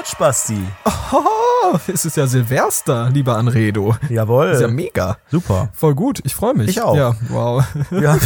gerutscht, Basti. Oh, es ist ja Silvester, lieber Anredo. Jawohl. Das ist ja mega. Super. Voll gut, ich freue mich. Ich auch. Ja, wow. Ja.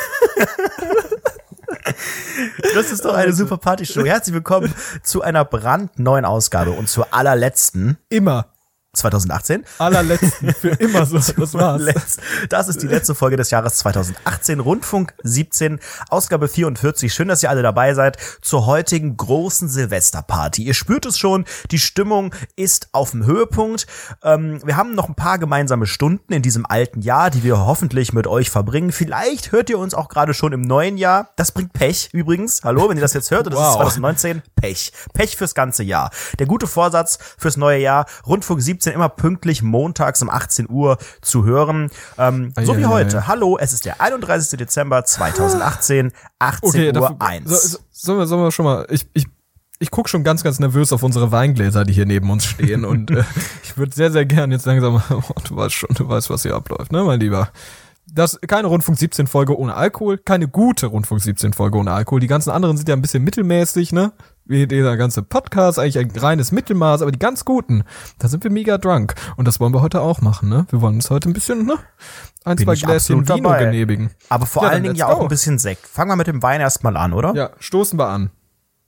Das ist doch eine super Partyshow. Herzlich willkommen zu einer brandneuen Ausgabe und zur allerletzten. Immer. 2018. Allerletzten, für immer so, das war's. Das ist die letzte Folge des Jahres 2018, Rundfunk 17, Ausgabe 44. Schön, dass ihr alle dabei seid zur heutigen großen Silvesterparty. Ihr spürt es schon, die Stimmung ist auf dem Höhepunkt. Wir haben noch ein paar gemeinsame Stunden in diesem alten Jahr, die wir hoffentlich mit euch verbringen. Vielleicht hört ihr uns auch gerade schon im neuen Jahr. Das bringt Pech übrigens. Hallo, wenn ihr das jetzt hört, und das ist 2019, Pech. Pech fürs ganze Jahr. Der gute Vorsatz fürs neue Jahr, Rundfunk 17 immer pünktlich montags um 18 Uhr zu hören. So wie heute. Hallo, es ist der 31. Dezember 2018, 18 Uhr 1. Sollen wir schon mal, ich guck schon ganz, ganz nervös auf unsere Weingläser, die hier neben uns stehen und ich würde sehr, sehr gern jetzt langsam, du weißt, was hier abläuft, ne, mein Lieber. Das keine Rundfunk 17 Folge ohne Alkohol, keine gute Rundfunk 17 Folge ohne Alkohol. Die ganzen anderen sind ja ein bisschen mittelmäßig, ne? Wie dieser ganze Podcast, eigentlich ein reines Mittelmaß, aber die ganz guten, da sind wir mega drunk. Und das wollen wir heute auch machen, ne? Wir wollen uns heute ein bisschen, ne? Zwei Gläschen Vino genehmigen. Aber vor allen Dingen ja auch ein bisschen Sekt. Fangen wir mit dem Wein erstmal an, oder? Ja, stoßen wir an.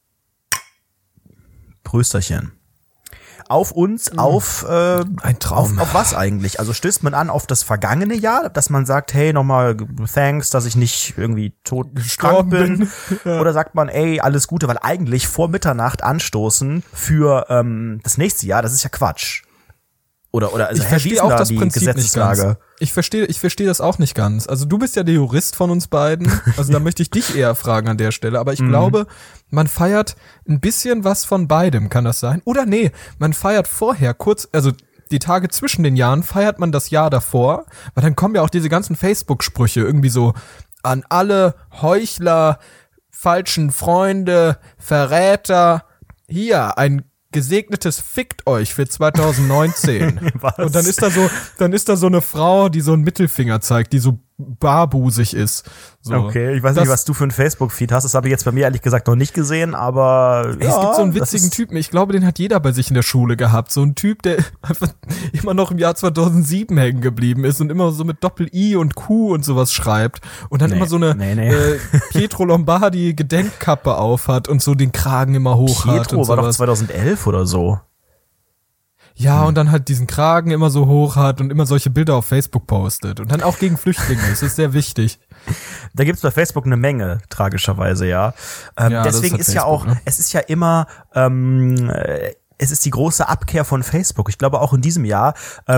Prösterchen. Auf uns, auf ein Traum. Auf was eigentlich? Also stößt man an auf das vergangene Jahr, dass man sagt, hey, nochmal thanks, dass ich nicht irgendwie krank bin. Ja. Oder sagt man, ey, alles Gute, weil eigentlich vor Mitternacht anstoßen für das nächste Jahr, das ist ja Quatsch. Oder also ich verstehe auch das Prinzip Gesetzeslage? Nicht ganz. Ich verstehe das auch nicht ganz. Also du bist ja der Jurist von uns beiden. Also da möchte ich dich eher fragen an der Stelle. Aber ich glaube, man feiert ein bisschen was von beidem. Kann das sein? Oder nee, man feiert vorher kurz, also die Tage zwischen den Jahren feiert man das Jahr davor. Weil dann kommen ja auch diese ganzen Facebook-Sprüche irgendwie so an alle Heuchler, falschen Freunde, Verräter. Hier, ein gesegnetes Fickt euch für 2019. Was? Und dann ist da so eine Frau, die so einen Mittelfinger zeigt, die so barbusig ist. So. Okay, ich weiß nicht, was du für ein Facebook-Feed hast. Das habe ich jetzt bei mir ehrlich gesagt noch nicht gesehen, aber ja, es gibt so einen witzigen Typen, ich glaube, den hat jeder bei sich in der Schule gehabt. So ein Typ, der einfach immer noch im Jahr 2007 hängen geblieben ist und immer so mit Doppel-I und Q und sowas schreibt und dann immer so eine Pietro Lombardi Gedenkkappe aufhat und so den Kragen immer hoch hat. Pietro war doch 2011 oder so. Ja, und dann halt diesen Kragen immer so hoch hat und immer solche Bilder auf Facebook postet. Und dann auch gegen Flüchtlinge, das ist sehr wichtig. Da gibt's bei Facebook eine Menge, tragischerweise, ja. Deswegen ist Facebook, ja auch, ne? Es ist ja immer, es ist die große Abkehr von Facebook. Ich glaube auch in diesem Jahr,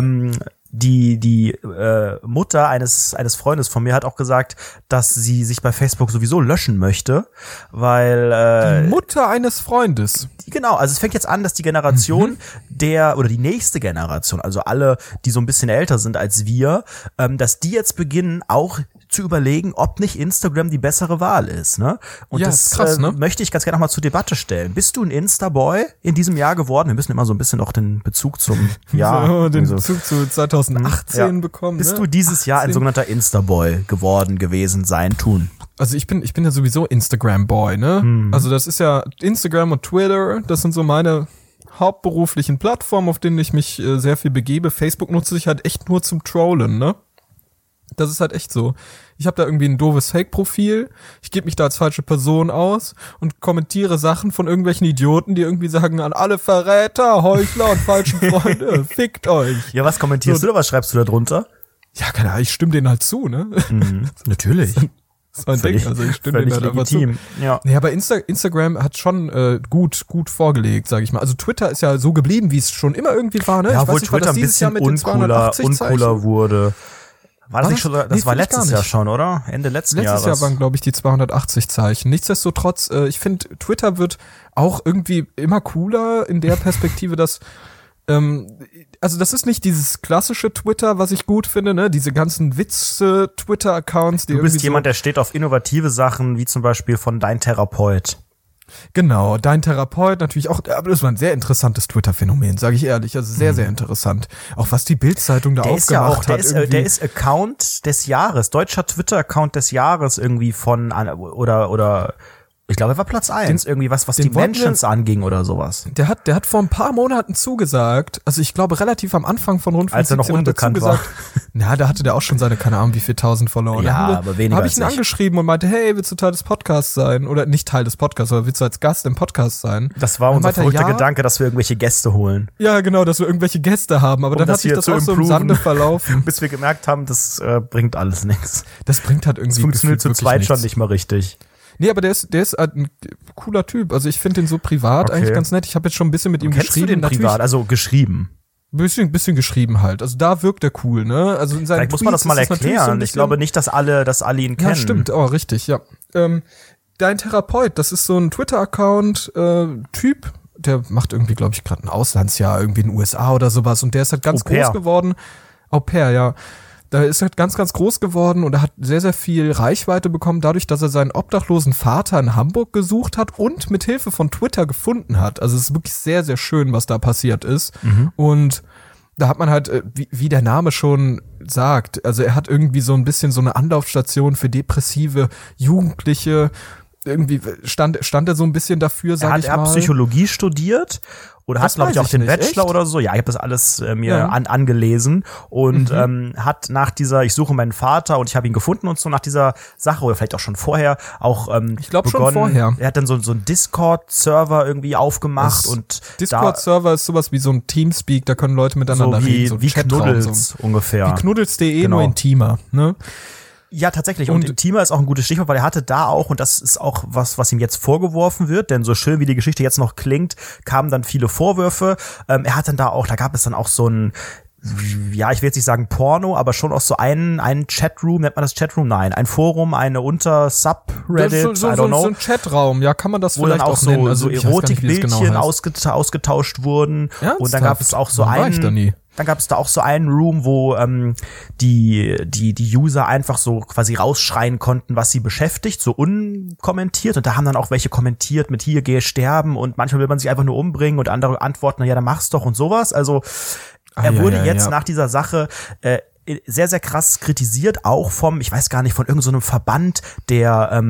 die Mutter eines Freundes von mir hat auch gesagt, dass sie sich bei Facebook sowieso löschen möchte, weil die Mutter eines Freundes. Genau, also es fängt jetzt an, dass die Generation oder die nächste Generation, also alle, die so ein bisschen älter sind als wir, dass die jetzt beginnen auch zu überlegen, ob nicht Instagram die bessere Wahl ist, ne? Und ja, das krass, ne? Möchte ich ganz gerne noch mal zur Debatte stellen. Bist du ein Insta-Boy in diesem Jahr geworden? Wir müssen immer so ein bisschen auch den Bezug zum Jahr. So, den Bezug zu 2018 bekommen. Bist ne? du dieses Jahr ein sogenannter Insta-Boy gewesen sein, tun? Also ich bin ja sowieso Instagram-Boy, ne? Also das ist ja Instagram und Twitter, das sind so meine hauptberuflichen Plattformen, auf denen ich mich sehr viel begebe. Facebook nutze ich halt echt nur zum Trollen, ne? Das ist halt echt so. Ich habe da irgendwie ein doofes Fake-Profil, ich gebe mich da als falsche Person aus und kommentiere Sachen von irgendwelchen Idioten, die irgendwie sagen, an alle Verräter, Heuchler und falschen Freunde, fickt euch. Ja, was kommentierst du oder was schreibst du da drunter? Ja, keine Ahnung, ich stimme denen halt zu, ne? Natürlich. Das ist ein Ding, also ich stimme denen halt einfach zu. Ja, aber Instagram hat schon gut vorgelegt, sage ich mal. Also Twitter ist ja so geblieben, wie es schon immer irgendwie war, ne? Ja, ich obwohl weiß nicht, Twitter ein bisschen uncooler wurde. War das nicht schon, das war letztes Jahr schon, oder? Ende letzten Jahres. Letztes Jahr waren, glaube ich, die 280 Zeichen. Nichtsdestotrotz, ich finde, Twitter wird auch irgendwie immer cooler in der Perspektive, dass also das ist nicht dieses klassische Twitter, was ich gut finde, ne? Diese ganzen Witze-Twitter-Accounts, die du bist jemand, der steht auf innovative Sachen, wie zum Beispiel von Dein Therapeut. Genau, Dein Therapeut natürlich auch, aber das war ein sehr interessantes Twitter-Phänomen, sage ich ehrlich, also sehr, sehr interessant. Auch was die Bild-Zeitung da aufgemacht hat. Der ist Account des Jahres, deutscher Twitter-Account des Jahres irgendwie von, oder Ich glaube, er war Platz 1. Irgendwie was die Mentions anging oder sowas. Der hat vor ein paar Monaten zugesagt, also ich glaube relativ am Anfang von Rundfunk als er noch unbekannt war. Na, da hatte der auch schon seine, keine Ahnung, wie viel 1000 Follower. Ja, aber weniger habe ich ihn angeschrieben und meinte, hey, willst du Teil des Podcasts sein? Oder nicht Teil des Podcasts, aber willst du als Gast im Podcast sein? Das war unser verrückter Gedanke, dass wir irgendwelche Gäste holen. Ja, genau, dass wir irgendwelche Gäste haben. Aber dann hat sich das auch so im Sande verlaufen. Bis wir gemerkt haben, das bringt alles nichts. Das bringt halt irgendwie. Das funktioniert zu zweit schon nicht mal richtig. Nee, aber der ist halt ein cooler Typ. Also ich finde den so privat eigentlich ganz nett. Ich habe jetzt schon ein bisschen mit ihm geschrieben. Kennst du den privat? Also geschrieben? Bisschen geschrieben halt. Also da wirkt er cool, ne? Also in seinen Vielleicht muss man das mal erklären. Ich glaube nicht, dass alle ihn kennen. Ja, stimmt. Oh, richtig, ja. Dein Therapeut, das ist so ein Twitter-Account, Typ, der macht irgendwie, glaube ich, gerade ein Auslandsjahr irgendwie in den USA oder sowas. Und der ist halt ganz groß geworden. Au pair, ja. Da ist halt ganz, ganz groß geworden und er hat sehr, sehr viel Reichweite bekommen, dadurch, dass er seinen obdachlosen Vater in Hamburg gesucht hat und mit Hilfe von Twitter gefunden hat. Also es ist wirklich sehr, sehr schön, was da passiert ist. Und da hat man halt, wie der Name schon sagt, also er hat irgendwie so ein bisschen so eine Anlaufstation für depressive Jugendliche. Irgendwie stand er so ein bisschen dafür, sag ich mal. Er hat Psychologie studiert oder hat, glaube ich, auch den Bachelor oder so. Ja, ich habe das alles mir angelesen und hat nach dieser, ich suche meinen Vater und ich habe ihn gefunden und so nach dieser Sache oder vielleicht auch schon vorher auch ich glaube schon vorher. Er hat dann so einen Discord-Server irgendwie aufgemacht und Discord-Server ist sowas wie so ein Teamspeak, da können Leute miteinander reden. So wie Knuddels ungefähr. Wie Knuddels.de, nur intimer, ne? Ja, tatsächlich. Und intimer ist auch ein gutes Stichwort, weil er hatte da auch, und das ist auch was ihm jetzt vorgeworfen wird, denn so schön wie die Geschichte jetzt noch klingt, kamen dann viele Vorwürfe. Er hat dann da gab es dann auch so ein, ja, ich will jetzt nicht sagen Porno, aber schon auch so einen Chatroom, nennt man das Chatroom? Nein, ein Forum, eine Subreddit, I don't know. So ein Chatraum, ja, kann man das vielleicht auch nennen. Also so Erotikbildchen ausgetauscht wurden. Ernsthaft? Und dann gab es auch so dann gab es da auch so einen Room, wo die User einfach so quasi rausschreien konnten, was sie beschäftigt, so unkommentiert. Und da haben dann auch welche kommentiert mit hier, gehe sterben und manchmal will man sich einfach nur umbringen und andere antworten, na ja, dann mach's doch und sowas. Also er wurde jetzt nach dieser Sache sehr, sehr krass kritisiert, auch ich weiß gar nicht, von irgendeinem so einem Verband, der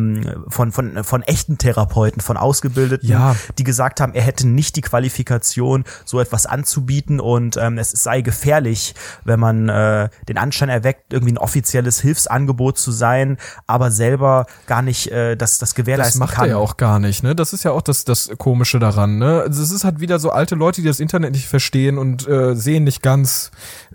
von echten Therapeuten, von Ausgebildeten, die gesagt haben, er hätte nicht die Qualifikation, so etwas anzubieten und es sei gefährlich, wenn man den Anschein erweckt, irgendwie ein offizielles Hilfsangebot zu sein, aber selber gar nicht das gewährleisten kann. Das macht er ja auch gar nicht, ne? Das ist ja auch das Komische daran, ne? Also es ist halt wieder so alte Leute, die das Internet nicht verstehen und sehen nicht ganz,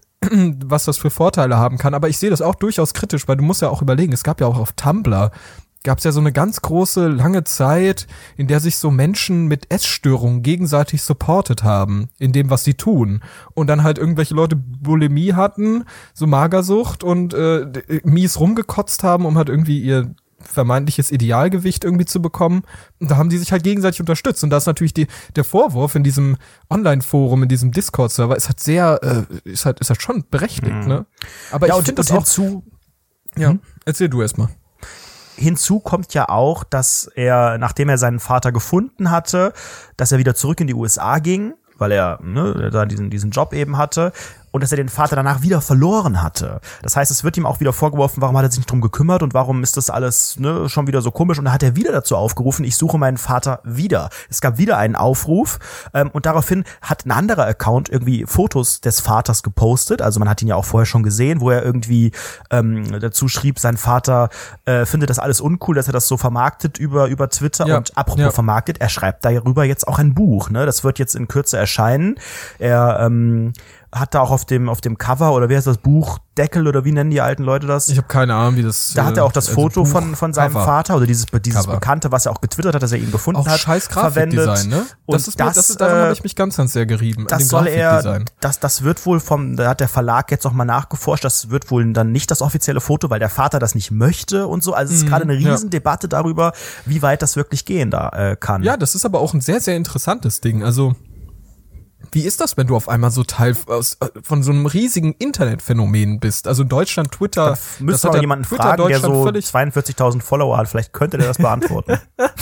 was das für Vorteile haben kann. Aber ich sehe das auch durchaus kritisch, weil du musst ja auch überlegen, es gab ja auch auf Tumblr, gab es ja so eine ganz große, lange Zeit, in der sich so Menschen mit Essstörungen gegenseitig supportet haben, in dem, was sie tun. Und dann halt irgendwelche Leute Bulimie hatten, so Magersucht und mies rumgekotzt haben, um halt irgendwie ihr vermeintliches Idealgewicht irgendwie zu bekommen. Und da haben die sich halt gegenseitig unterstützt. Und da ist natürlich der Vorwurf in diesem Online-Forum, in diesem Discord-Server, ist halt sehr, ist halt schon berechtigt, ne? Aber ich finde das auch hinzu. Ja, erzähl du erst mal. Hinzu kommt ja auch, dass er, nachdem er seinen Vater gefunden hatte, dass er wieder zurück in die USA ging, weil er da diesen Job eben hatte. Und dass er den Vater danach wieder verloren hatte. Das heißt, es wird ihm auch wieder vorgeworfen, warum hat er sich nicht drum gekümmert und warum ist das alles schon wieder so komisch. Und da hat er wieder dazu aufgerufen, ich suche meinen Vater wieder. Es gab wieder einen Aufruf und daraufhin hat ein anderer Account irgendwie Fotos des Vaters gepostet. Also man hat ihn ja auch vorher schon gesehen, wo er irgendwie dazu schrieb, sein Vater findet das alles uncool, dass er das so vermarktet über Twitter. Ja, und apropos vermarktet, er schreibt darüber jetzt auch ein Buch. Ne? Das wird jetzt in Kürze erscheinen. Er hat da auch auf dem Cover oder wie heißt das Buch Deckel oder wie nennen die alten Leute das? Ich habe keine Ahnung, wie das. Da hat er auch das Foto von seinem Vater oder dieses Bekannte, was er auch getwittert hat, dass er ihn gefunden auch hat, scheiß Grafikdesign, ne? Und daran habe ich mich ganz sehr gerieben. Das soll das wird wohl da hat der Verlag jetzt noch mal nachgeforscht, das wird wohl dann nicht das offizielle Foto, weil der Vater das nicht möchte und so. Also es ist gerade eine riesen Debatte darüber, wie weit das wirklich gehen kann. Ja, das ist aber auch ein sehr, sehr interessantes Ding. Also wie ist das, wenn du auf einmal so Teil von so einem riesigen Internetphänomen bist? Also in Deutschland, Twitter. Da müsste man jemanden fragen, der so 42.000 Follower hat. Vielleicht könnte der das beantworten.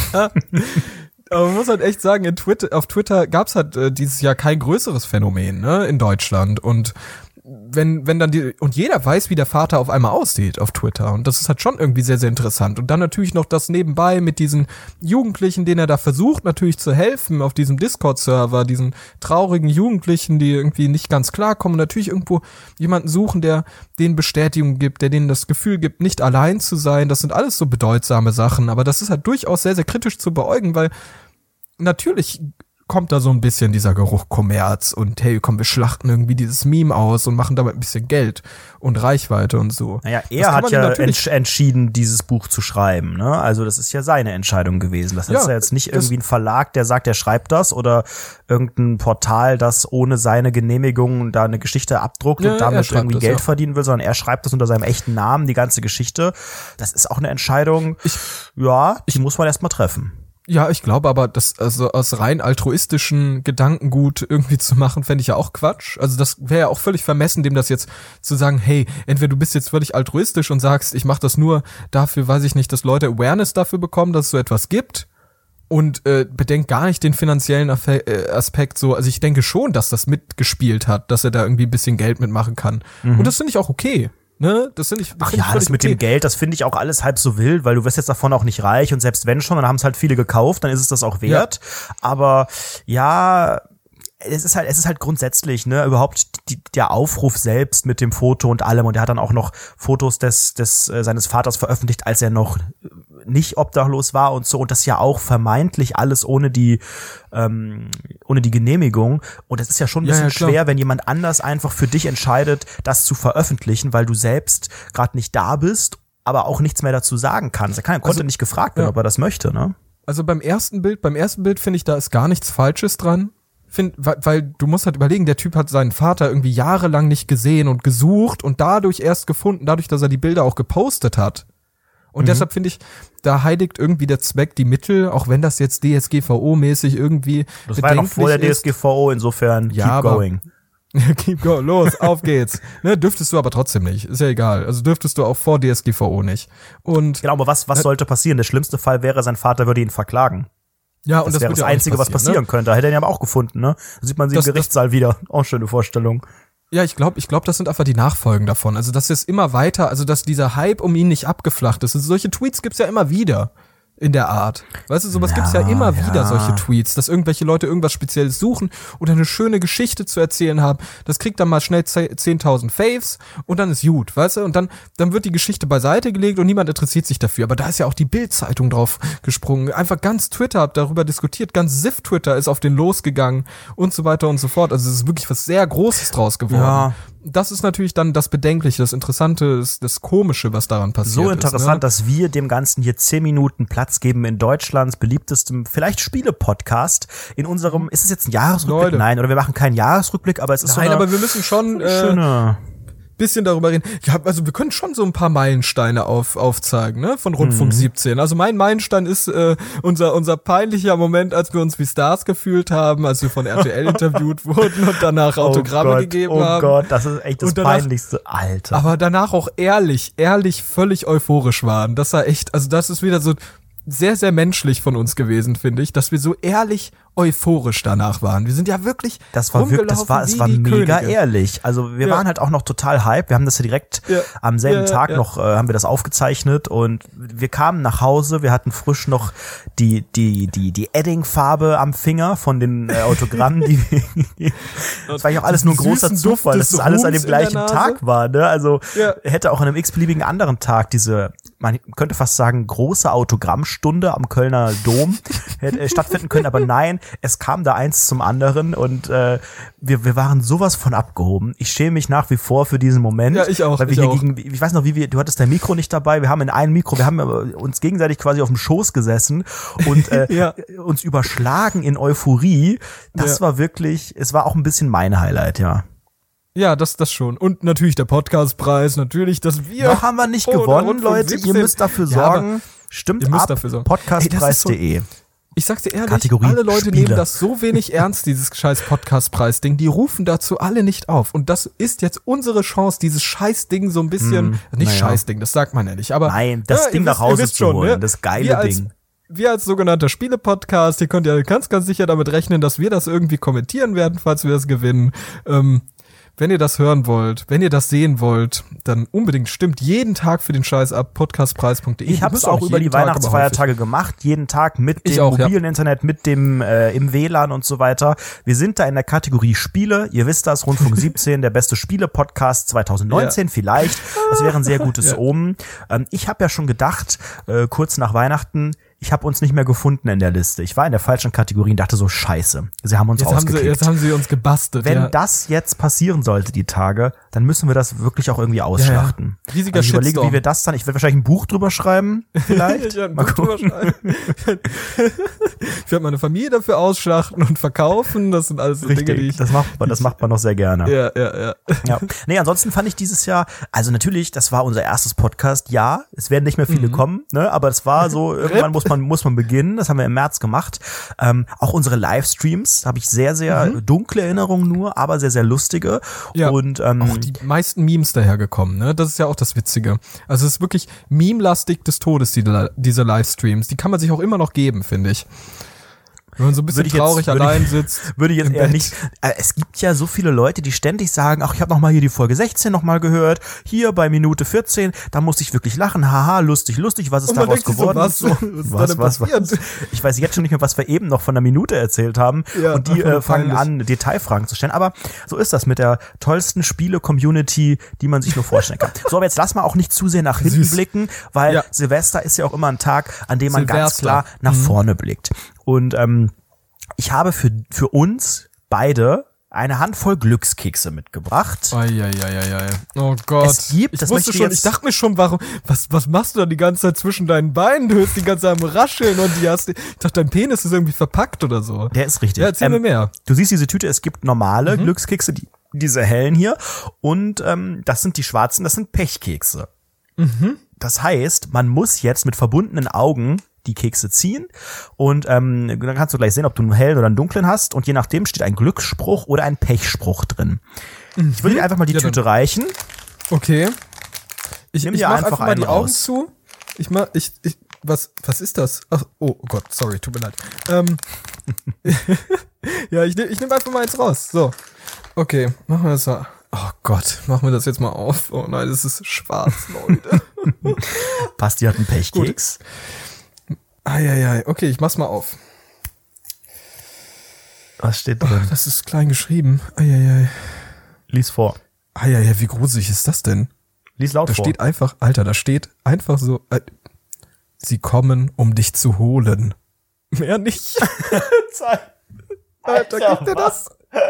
Aber man muss halt echt sagen, auf Twitter gab's halt dieses Jahr kein größeres Phänomen, ne, in Deutschland. Und wenn dann und jeder weiß, wie der Vater auf einmal aussieht auf Twitter. Und das ist halt schon irgendwie sehr, sehr interessant. Und dann natürlich noch das nebenbei mit diesen Jugendlichen, denen er da versucht natürlich zu helfen auf diesem Discord-Server, diesen traurigen Jugendlichen, die irgendwie nicht ganz klarkommen. Und natürlich irgendwo jemanden suchen, der denen Bestätigung gibt, der denen das Gefühl gibt, nicht allein zu sein. Das sind alles so bedeutsame Sachen. Aber das ist halt durchaus sehr, sehr kritisch zu beäugen, weil natürlich kommt da so ein bisschen dieser Geruch Kommerz und hey, komm, wir schlachten irgendwie dieses Meme aus und machen damit ein bisschen Geld und Reichweite und so. Naja, er hat ja entschieden, dieses Buch zu schreiben, ne? Also das ist ja seine Entscheidung gewesen. Das ist ja jetzt nicht irgendwie ein Verlag, der sagt, er schreibt das oder irgendein Portal, das ohne seine Genehmigung da eine Geschichte abdruckt und damit irgendwie Geld verdienen will, sondern er schreibt das unter seinem echten Namen, die ganze Geschichte. Das ist auch eine Entscheidung, die muss man erst mal treffen. Ja, ich glaube aber, das also aus rein altruistischen Gedankengut irgendwie zu machen, fände ich ja auch Quatsch. Also das wäre ja auch völlig vermessen, dem das jetzt zu sagen, hey, entweder du bist jetzt völlig altruistisch und sagst, ich mache das nur dafür, weiß ich nicht, dass Leute Awareness dafür bekommen, dass es so etwas gibt und bedenkt gar nicht den finanziellen Aspekt so. Also ich denke schon, dass das mitgespielt hat, dass er da irgendwie ein bisschen Geld mitmachen kann. Und das finde ich auch okay. Ne? Das finde ich. Das mit dem Geld, das finde ich auch alles halb so wild, weil du wirst jetzt davon auch nicht reich und selbst wenn schon, dann haben es halt viele gekauft, dann ist es das auch wert. Ja. Aber ja, es ist halt grundsätzlich, ne, überhaupt der Aufruf selbst mit dem Foto und allem, und er hat dann auch noch Fotos seines Vaters veröffentlicht, als er noch nicht obdachlos war und so, und das ja auch vermeintlich alles ohne die Genehmigung, und es ist ja schon ein bisschen schwer, wenn jemand anders einfach für dich entscheidet, das zu veröffentlichen, weil du selbst gerade nicht da bist, aber auch nichts mehr dazu sagen kannst. Er konnte nicht gefragt werden, ob er das möchte, ne? Also beim ersten Bild finde ich, da ist gar nichts Falsches dran. Weil du musst halt überlegen, der Typ hat seinen Vater irgendwie jahrelang nicht gesehen und gesucht und dadurch erst gefunden, dadurch, dass er die Bilder auch gepostet hat. Und deshalb finde ich, da heiligt irgendwie der Zweck die Mittel, auch wenn das jetzt DSGVO-mäßig irgendwie das war ja noch vor der DSGVO, insofern keep going. Keep going, los, auf geht's. Ne, dürftest du aber trotzdem nicht, ist ja egal. Also dürftest du auch vor DSGVO nicht. Und genau, aber was sollte passieren? Der schlimmste Fall wäre, sein Vater würde ihn verklagen. Ja, und das wäre das Einzige, was passieren könnte. Da hätte er ihn aber auch gefunden, ne? Da sieht man sie im Gerichtssaal wieder. Auch schöne Vorstellung. Ja, ich glaube, das sind einfach die Nachfolgen davon. Also, dass es immer weiter, also, dass dieser Hype um ihn nicht abgeflacht ist. Also, solche Tweets gibt's ja immer wieder. In der Art. Weißt du, sowas gibt's ja immer wieder, solche Tweets, dass irgendwelche Leute irgendwas Spezielles suchen oder eine schöne Geschichte zu erzählen haben. Das kriegt dann mal schnell 10.000 Faves und dann ist gut, weißt du? Und dann wird die Geschichte beiseite gelegt und niemand interessiert sich dafür. Aber da ist ja auch die Bild-Zeitung drauf gesprungen. Einfach ganz Twitter hat darüber diskutiert, ganz SIF-Twitter ist auf den losgegangen und so weiter und so fort. Also es ist wirklich was sehr Großes draus geworden. Ja. Das ist natürlich dann das Bedenkliche, das Interessante, das Komische, was daran passiert ist. So interessant, dass wir dem Ganzen hier 10 Minuten Platz geben in Deutschlands beliebtestem, vielleicht Spiele-Podcast. In unserem, ist es jetzt ein Jahresrückblick? Leute. Nein, oder wir machen keinen Jahresrückblick, aber es ist Nein, aber wir müssen schon schöne bisschen darüber reden. Ja, also wir können schon so ein paar Meilensteine aufzeigen, ne, von Rundfunk 17. Also mein Meilenstein ist unser peinlicher Moment, als wir uns wie Stars gefühlt haben, als wir von RTL interviewt wurden und danach Autogramme gegeben haben. Oh Gott, das ist echt das Peinlichste, Alter. Aber danach auch ehrlich völlig euphorisch waren. Das war echt, also das ist wieder so sehr, sehr menschlich von uns gewesen, finde ich, dass wir so ehrlich euphorisch danach waren. Wir sind ja wirklich es war mega ehrlich. Also wir waren halt auch noch total hype. Wir haben das ja direkt am selben Tag noch, haben wir das aufgezeichnet und wir kamen nach Hause. Wir hatten frisch noch die Edding-Farbe am Finger von den Autogrammen. Das war ja auch alles nur ein großer Zufall, dass das alles an dem gleichen Tag war. Ne? Also hätte auch an einem x-beliebigen anderen Tag man könnte fast sagen, große Autogrammstunde am Kölner Dom stattfinden können, aber nein, es kam da eins zum anderen und wir waren sowas von abgehoben. Ich schäme mich nach wie vor für diesen Moment. Ja, ich auch. Weil ich weiß noch, du hattest dein Mikro nicht dabei, wir haben uns gegenseitig quasi auf dem Schoß gesessen und uns überschlagen in Euphorie. Das war wirklich, es war auch ein bisschen mein Highlight, ja. Ja, das schon. Und natürlich der Podcastpreis, natürlich, dass wir... Noch haben wir nicht gewonnen, Leute. Ihr müsst dafür sorgen. Stimmt ab, podcastpreis.de. Ich sag's dir ehrlich, Kategorie alle Leute Spiele. nehmen das so wenig ernst, dieses scheiß Podcastpreis-Ding. Die rufen dazu alle nicht auf. Und das ist jetzt unsere Chance, dieses Scheißding so ein bisschen... Scheißding, das sagt man ja nicht, aber... Nein, das Ding nach Hause zu holen, das geile Ding. Wir als sogenannter Spiele-Podcast, ihr könnt ja ganz, ganz sicher damit rechnen, dass wir das irgendwie kommentieren werden, falls wir das gewinnen. wenn ihr das hören wollt, wenn ihr das sehen wollt, dann unbedingt stimmt jeden Tag für den Scheiß ab, podcastpreis.de. Ich habe es auch über die Weihnachtsfeiertage gemacht, jeden Tag mit dem mobilen Internet, mit dem im WLAN und so weiter. Wir sind da in der Kategorie Spiele. Ihr wisst das, Rundfunk 17, der beste Spiele-Podcast 2019 vielleicht. Das wäre ein sehr gutes Omen. Ich habe ja schon gedacht, kurz nach Weihnachten, ich habe uns nicht mehr gefunden in der Liste. Ich war in der falschen Kategorie und dachte so, scheiße, sie haben uns rausgekickt. Jetzt haben sie uns gebastelt. Wenn das jetzt passieren sollte, die Tage, dann müssen wir das wirklich auch irgendwie ausschlachten. Ja. Riesiger also ich überlege, Shitstorm. wie wir das dann, ich werde wahrscheinlich ein Buch drüber schreiben, vielleicht. Mal gucken. Ich werde meine Familie dafür ausschlachten und verkaufen. Das sind alles so Dinge, die ich... Das macht man noch sehr gerne. Ja. Nee, ansonsten fand ich dieses Jahr, also natürlich, das war unser erstes Podcast. Ja, es werden nicht mehr viele kommen, ne, aber es war so, irgendwann muss man beginnen. Das haben wir im März gemacht. Auch unsere Livestreams habe ich sehr, sehr dunkle Erinnerungen nur, aber sehr, sehr lustige. Ja, und auch die meisten Memes dahergekommen, ne? Das ist ja auch das Witzige. Also es ist wirklich meme-lastig des Todes, diese Livestreams. Die kann man sich auch immer noch geben, finde ich. Wenn man so ein bisschen traurig allein sitzt. Würde ich jetzt eher nicht. Es gibt ja so viele Leute, die ständig sagen, ach, ich habe noch mal hier die Folge 16 noch mal gehört. Hier bei Minute 14, da musste ich wirklich lachen. Haha, lustig, was ist daraus geworden? So, was? Ich weiß jetzt schon nicht mehr, was wir eben noch von der Minute erzählt haben. Ja, und die fangen an, Detailfragen zu stellen. Aber so ist das mit der tollsten Spiele-Community, die man sich nur vorstellen kann. So, aber jetzt lass mal auch nicht zu sehr nach hinten blicken, weil Silvester ist ja auch immer ein Tag, an dem man ganz klar nach vorne blickt. Und ich habe für uns beide eine Handvoll Glückskekse mitgebracht. Oh Gott. Es gibt, ich dachte mir schon, was machst du da die ganze Zeit zwischen deinen Beinen? Du hörst die ganze Zeit am Rascheln und ich dachte, dein Penis ist irgendwie verpackt oder so. Der ist richtig. Ja, erzähl mir mehr. Du siehst diese Tüte, es gibt normale Glückskekse, diese hellen hier. Und das sind die schwarzen, das sind Pechkekse. Das heißt, man muss jetzt mit verbundenen Augen die Kekse ziehen und dann kannst du gleich sehen, ob du einen hellen oder einen dunklen hast und je nachdem steht ein Glücksspruch oder ein Pechspruch drin. Ich würde dir einfach mal die Tüte reichen. Okay. Ich mach einfach mal die Augen raus. zu. Was ist das? Ach, oh Gott, sorry, tut mir leid. Ja, ich nehm einfach mal eins raus. So. Okay, machen wir das mal. Oh Gott, machen wir das jetzt mal auf. Oh nein, das ist schwarz, Leute. Basti hat einen Pechkeks. Gut. Okay, ich mach's mal auf. Was steht drin? Ach, das ist klein geschrieben. Lies vor. Wie gruselig ist das denn? Lies laut vor. Da steht einfach so, sie kommen, um dich zu holen. Mehr nicht. Alter, gibt dir das?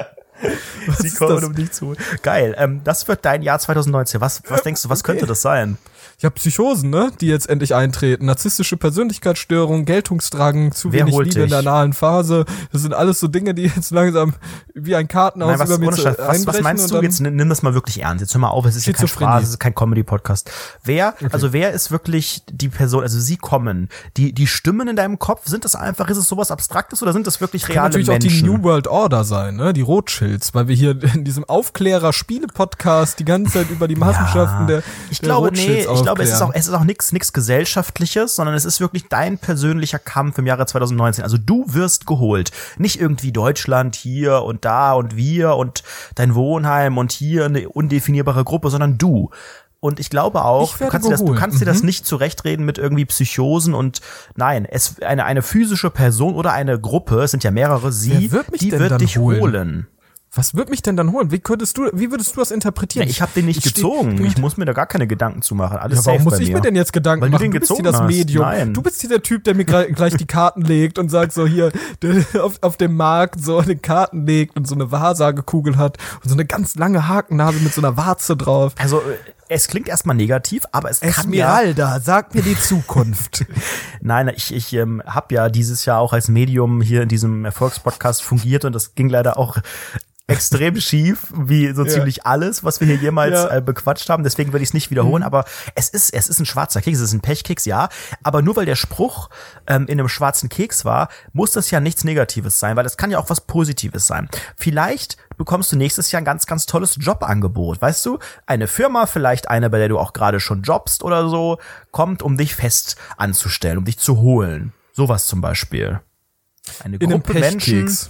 Sie kommen, um dich zu holen. Geil, das wird dein Jahr 2019. Was denkst du, was könnte das sein? Ja, Psychosen, ne, die jetzt endlich eintreten. Narzisstische Persönlichkeitsstörung, Geltungsdrang, zu wenig Liebe in der analen Phase. Das sind alles so Dinge, die jetzt langsam wie ein Kartenhaus über mir einbrechen. Was meinst du? Jetzt nimm das mal wirklich ernst. Jetzt hör mal auf, es ist ja kein Spaß, es ist kein Comedy-Podcast. Wer ist wirklich die Person, also sie kommen, die Stimmen in deinem Kopf, ist es sowas Abstraktes oder sind das wirklich reale Menschen? Kann natürlich auch die New World Order sein, ne, die Rothschilds, weil wir hier in diesem Aufklärer-Spiele-Podcast die ganze Zeit über die Machenschaften der Rothschilds ich glaube, es ist auch nichts Gesellschaftliches, sondern es ist wirklich dein persönlicher Kampf im Jahre 2019. Also du wirst geholt. Nicht irgendwie Deutschland hier und da und wir und dein Wohnheim und hier eine undefinierbare Gruppe, sondern du. Und ich glaube auch, du kannst dir das nicht zurechtreden mit irgendwie Psychosen und nein, eine physische Person oder eine Gruppe, es sind ja mehrere, die wird dich holen. Was wird mich denn dann holen? Wie würdest du das interpretieren? Ja, ich habe den nicht gezogen. Ich muss mir da gar keine Gedanken zu machen. Alles warum muss ich mir denn jetzt Gedanken machen? Du bist hier das Medium. Nein. Du bist hier der Typ, der mir gleich die Karten legt und sagt so hier auf dem Markt so die Karten legt und so eine Wahrsagekugel hat und so eine ganz lange Hakennase mit so einer Warze drauf. Also es klingt erstmal negativ, aber es Esmeralda, sag mir die Zukunft. Nein, ich habe ja dieses Jahr auch als Medium hier in diesem Erfolgspodcast fungiert und das ging leider auch extrem schief, wie so ziemlich alles, was wir hier jemals bequatscht haben. Deswegen würde ich es nicht wiederholen, aber es ist ein schwarzer Keks, es ist ein Pechkeks, ja. Aber nur weil der Spruch in einem schwarzen Keks war, muss das ja nichts Negatives sein, weil das kann ja auch was Positives sein. Vielleicht bekommst du nächstes Jahr ein ganz, ganz tolles Jobangebot, weißt du? Eine Firma, vielleicht eine, bei der du auch gerade schon jobbst oder so, kommt, um dich fest anzustellen, um dich zu holen. Sowas zum Beispiel. Eine Gruppe Menschen.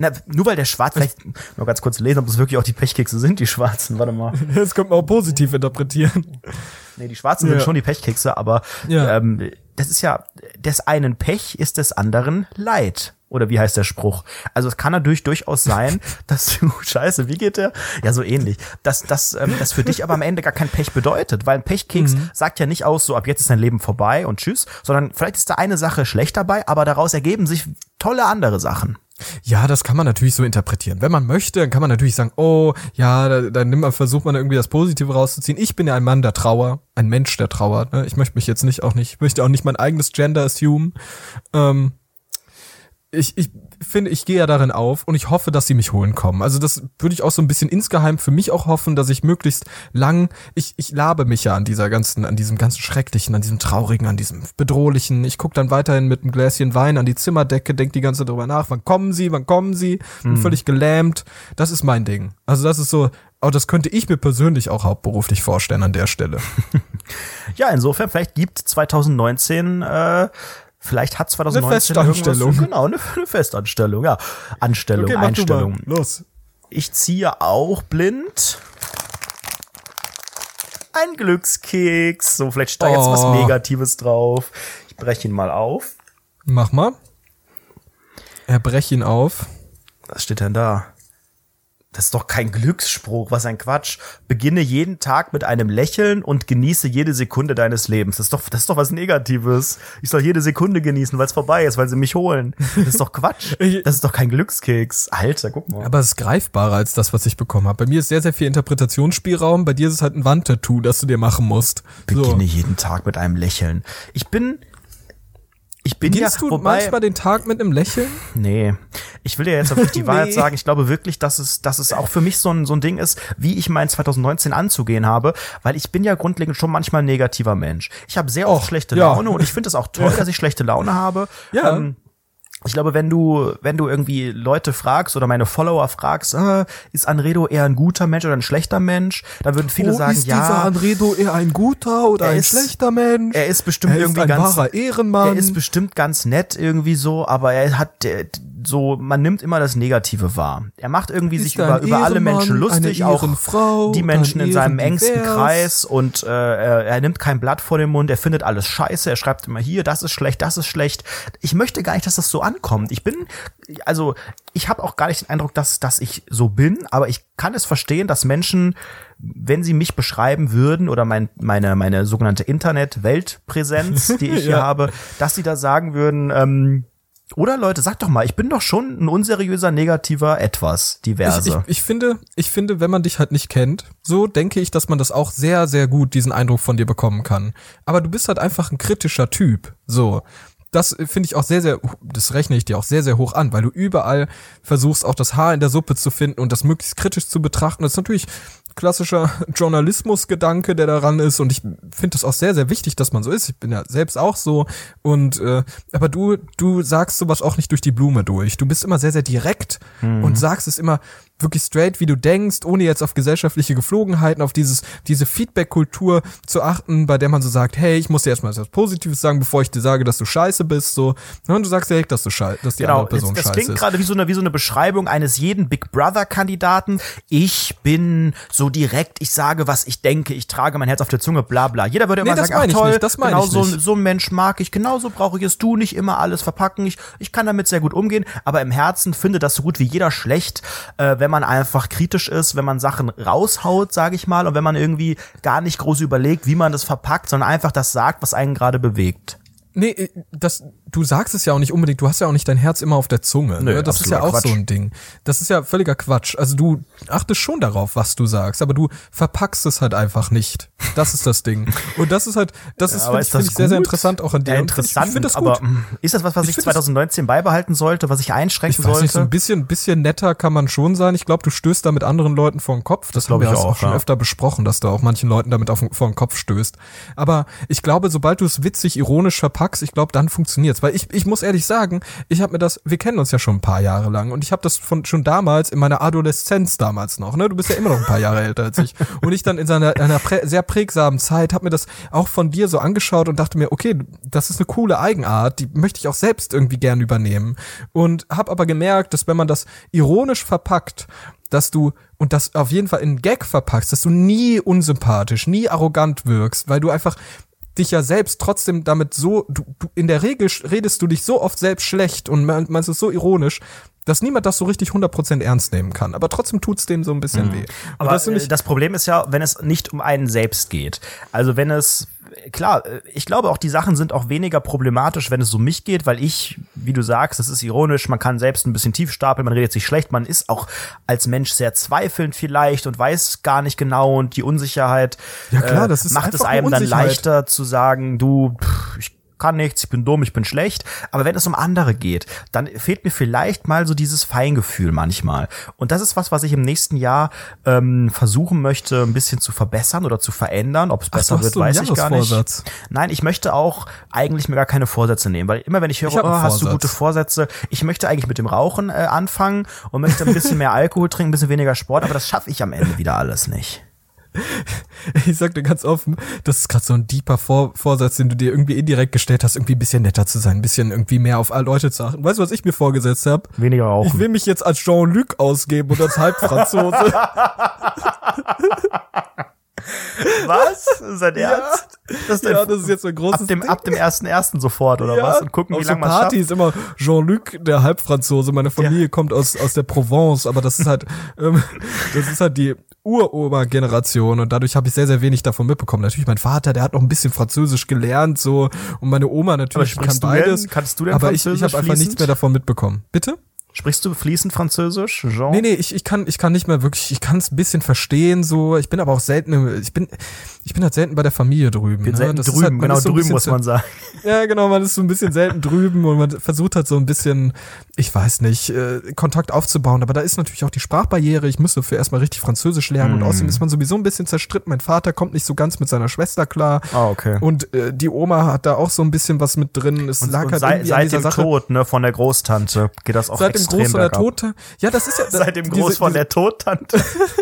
nur weil der schwarz, vielleicht nur ganz kurz lesen, ob es wirklich auch die Pechkekse sind, die schwarzen, warte mal. Das könnte man auch positiv interpretieren. Nee, die schwarzen sind schon die Pechkekse, aber das ist ja, des einen Pech ist des anderen Leid. Oder wie heißt der Spruch? Also es kann natürlich durchaus sein, dass du, scheiße, wie geht der? Ja, so ähnlich. Dass das für dich aber am Ende gar kein Pech bedeutet, weil ein Pechkeks sagt ja nicht aus, so ab jetzt ist dein Leben vorbei und tschüss, sondern vielleicht ist da eine Sache schlecht dabei, aber daraus ergeben sich tolle andere Sachen. Ja, das kann man natürlich so interpretieren. Wenn man möchte, dann kann man natürlich sagen, oh, ja, dann versucht man irgendwie das Positive rauszuziehen. Ich bin ja ein Mann der Trauer, ein Mensch der Trauer. Ne? Ich möchte mich jetzt ich möchte auch nicht mein eigenes Gender assume. Ich finde, ich gehe ja darin auf und ich hoffe, dass sie mich holen kommen. Also das würde ich auch so ein bisschen insgeheim für mich auch hoffen, dass ich möglichst lang, ich labe mich ja an diesem ganzen Schrecklichen, an diesem Traurigen, an diesem Bedrohlichen. Ich gucke dann weiterhin mit einem Gläschen Wein an die Zimmerdecke, denke die ganze Zeit drüber nach, wann kommen sie, bin völlig gelähmt. Das ist mein Ding. Also das ist so, aber das könnte ich mir persönlich auch hauptberuflich vorstellen an der Stelle. Ja, insofern, vielleicht gibt 2019, vielleicht hat 2019 eine Festanstellung. Genau, eine Festanstellung, ja. Anstellung, okay, Einstellung. Los. Ich ziehe auch blind ein Glückskeks. So, vielleicht steigt jetzt was Negatives drauf. Ich breche ihn mal auf. Mach mal. Brech ihn auf. Was steht denn da? Das ist doch kein Glücksspruch, was ein Quatsch. Beginne jeden Tag mit einem Lächeln und genieße jede Sekunde deines Lebens. Das ist doch was Negatives. Ich soll jede Sekunde genießen, weil es vorbei ist, weil sie mich holen. Das ist doch Quatsch. Das ist doch kein Glückskeks. Alter, guck mal. Aber es ist greifbarer als das, was ich bekommen habe. Bei mir ist sehr, sehr viel Interpretationsspielraum. Bei dir ist es halt ein Wandtattoo, das du dir machen musst. Beginne jeden Tag mit einem Lächeln. Ich bin Beginnst du manchmal den Tag mit einem Lächeln? Nee. Ich will ja jetzt wirklich die Wahrheit sagen. Ich glaube wirklich, dass es auch für mich so ein Ding ist, wie ich mein 2019 anzugehen habe, weil ich bin ja grundlegend schon manchmal ein negativer Mensch. Ich habe sehr oft schlechte Laune und ich finde es auch toll, dass ich schlechte Laune habe. Ja. Ich glaube, wenn du irgendwie Leute fragst oder meine Follower fragst, ist Anredo eher ein guter Mensch oder ein schlechter Mensch, dann würden viele sagen, ist dieser Anredo eher ein guter oder ein schlechter Mensch? Er ist bestimmt irgendwie ein wahrer Ehrenmann. Er ist bestimmt ganz nett irgendwie so, aber er hat so, man nimmt immer das Negative wahr. Er macht irgendwie sich über alle Menschen lustig, auch die Menschen in seinem engsten Kreis und er nimmt kein Blatt vor den Mund, er findet alles scheiße, er schreibt immer hier, das ist schlecht, das ist schlecht. Ich möchte gar nicht, dass das so ankommt. Ich habe auch gar nicht den Eindruck, dass ich so bin, aber ich kann es verstehen, dass Menschen, wenn sie mich beschreiben würden oder meine sogenannte Internet-Weltpräsenz, die ich hier habe, dass sie da sagen würden, oder Leute, sag doch mal, ich bin doch schon ein unseriöser, negativer Etwas, diverse. Ich finde, wenn man dich halt nicht kennt, so denke ich, dass man das auch sehr, sehr gut diesen Eindruck von dir bekommen kann. Aber du bist halt einfach ein kritischer Typ, so. Das finde ich auch das rechne ich dir auch sehr, sehr hoch an, weil du überall versuchst, auch das Haar in der Suppe zu finden und das möglichst kritisch zu betrachten. Das ist natürlich klassischer Journalismusgedanke, der daran ist, und ich finde das auch sehr, sehr wichtig, dass man so ist. Ich bin ja selbst auch so, und aber du sagst sowas auch nicht durch die Blume durch. Du bist immer sehr, sehr direkt und sagst es immer wirklich straight, wie du denkst, ohne jetzt auf gesellschaftliche Geflogenheiten, auf diese Feedback-Kultur zu achten, bei der man so sagt, hey, ich muss dir erstmal etwas Positives sagen, bevor ich dir sage, dass du scheiße bist, so. Und du sagst direkt, dass die andere Person scheiße ist. Das klingt gerade wie so eine Beschreibung eines jeden Big Brother-Kandidaten. Ich bin so direkt, ich sage, was ich denke, ich trage mein Herz auf der Zunge, bla bla. Jeder würde immer sagen, ach toll, genau so ein Mensch mag ich, genauso brauche ich es, du nicht immer alles verpacken, ich kann damit sehr gut umgehen, aber im Herzen finde das so gut wie jeder schlecht, wenn man einfach kritisch ist, wenn man Sachen raushaut, sage ich mal, und wenn man irgendwie gar nicht groß überlegt, wie man das verpackt, sondern einfach das sagt, was einen gerade bewegt. Nee, du sagst es ja auch nicht unbedingt, du hast ja auch nicht dein Herz immer auf der Zunge. Nö, ne? Das ist ja auch Quatsch. So ein Ding. Das ist ja völliger Quatsch. Also du achtest schon darauf, was du sagst, aber du verpackst es halt einfach nicht. Das ist das Ding. Und das ist halt, finde ich sehr, sehr interessant auch an dir. Ja, interessant, ich find das gut. Aber ist das was ich 2019 beibehalten sollte, was ich einschränken sollte? Nicht, so ein bisschen netter kann man schon sein. Ich glaube, du stößt da mit anderen Leuten vor den Kopf. Das haben wir auch schon öfter besprochen, dass du auch manchen Leuten damit vor den Kopf stößt. Aber ich glaube, sobald du es witzig, ironisch verpackst, ich glaube, dann funktioniert's. Weil ich muss ehrlich sagen, wir kennen uns ja schon ein paar Jahre lang, und ich habe das schon damals, in meiner Adoleszenz damals noch, ne? Du bist ja immer noch ein paar Jahre älter als ich. Und ich dann in einer sehr prägenden einprägsamen Zeit, habe mir das auch von dir so angeschaut und dachte mir, okay, das ist eine coole Eigenart, die möchte ich auch selbst irgendwie gern übernehmen. Und habe aber gemerkt, dass wenn man das ironisch verpackt, dass du, und das auf jeden Fall in einen Gag verpackst, dass du nie unsympathisch, nie arrogant wirkst, weil du einfach dich ja selbst trotzdem damit so, du in der Regel redest du dich so oft selbst schlecht und meinst es so ironisch, dass niemand das so richtig 100% ernst nehmen kann. Aber trotzdem tut's dem so ein bisschen weh. Aber das Problem ist ja, wenn es nicht um einen selbst geht. Also wenn es, klar, ich glaube auch, die Sachen sind auch weniger problematisch, wenn es um mich geht, weil ich, wie du sagst, das ist ironisch, man kann selbst ein bisschen tief stapeln, man redet sich schlecht, man ist auch als Mensch sehr zweifelnd vielleicht und weiß gar nicht genau und die Unsicherheit ja, klar, das ist macht es einem dann leichter zu sagen, ich kann nichts, ich bin dumm, ich bin schlecht. Aber wenn es um andere geht, dann fehlt mir vielleicht mal so dieses Feingefühl manchmal. Und das ist was ich im nächsten Jahr versuchen möchte, ein bisschen zu verbessern oder zu verändern. Ob es besser wird, weiß ich gar nicht. Nein, ich möchte auch eigentlich mir gar keine Vorsätze nehmen, weil immer wenn ich höre, hast du gute Vorsätze, ich möchte eigentlich mit dem Rauchen anfangen und möchte ein bisschen mehr Alkohol trinken, ein bisschen weniger Sport, aber das schaffe ich am Ende wieder alles nicht. Ich sag dir ganz offen, das ist gerade so ein deeper Vorsatz, den du dir irgendwie indirekt gestellt hast, irgendwie ein bisschen netter zu sein, ein bisschen irgendwie mehr auf alle Leute zu achten. Weißt du, was ich mir vorgesetzt habe? Weniger rauchen. Ich will mich jetzt als Jean-Luc ausgeben und als Halbfranzose. Was? Ist das Ernst? Ja, das ist jetzt so ein großes Ding. Ab dem 1.1. sofort, oder was? Und gucken, wie lange man es schafft. Party ist immer Jean-Luc, der Halbfranzose. Meine Familie kommt aus der Provence, aber das ist halt die Uroma-Generation und dadurch habe ich sehr, sehr wenig davon mitbekommen. Natürlich mein Vater, der hat noch ein bisschen Französisch gelernt, so, und meine Oma natürlich kann beides. Kannst du denn aber Französisch ich habe einfach nichts mehr davon mitbekommen. Bitte? Sprichst du fließend Französisch, Jean? Nee, ich kann nicht mehr wirklich, ich kann es ein bisschen verstehen, so, ich bin aber auch selten, ich bin halt selten bei der Familie drüben. Ne? Selten das drüben, halt, genau, so drüben muss man sagen. Ja, genau, man ist so ein bisschen selten drüben und man versucht halt so ein bisschen, ich weiß nicht, Kontakt aufzubauen, aber da ist natürlich auch die Sprachbarriere, ich muss dafür erstmal richtig Französisch lernen und außerdem ist man sowieso ein bisschen zerstritten, mein Vater kommt nicht so ganz mit seiner Schwester klar. Ah, okay. Und die Oma hat da auch so ein bisschen was mit drin. Es lag halt seit dem Tod, ne, von der Großtante geht das auch seit extrem dem Groß von der Tod. Ja, das ist ja seit dem Groß von der Todtante.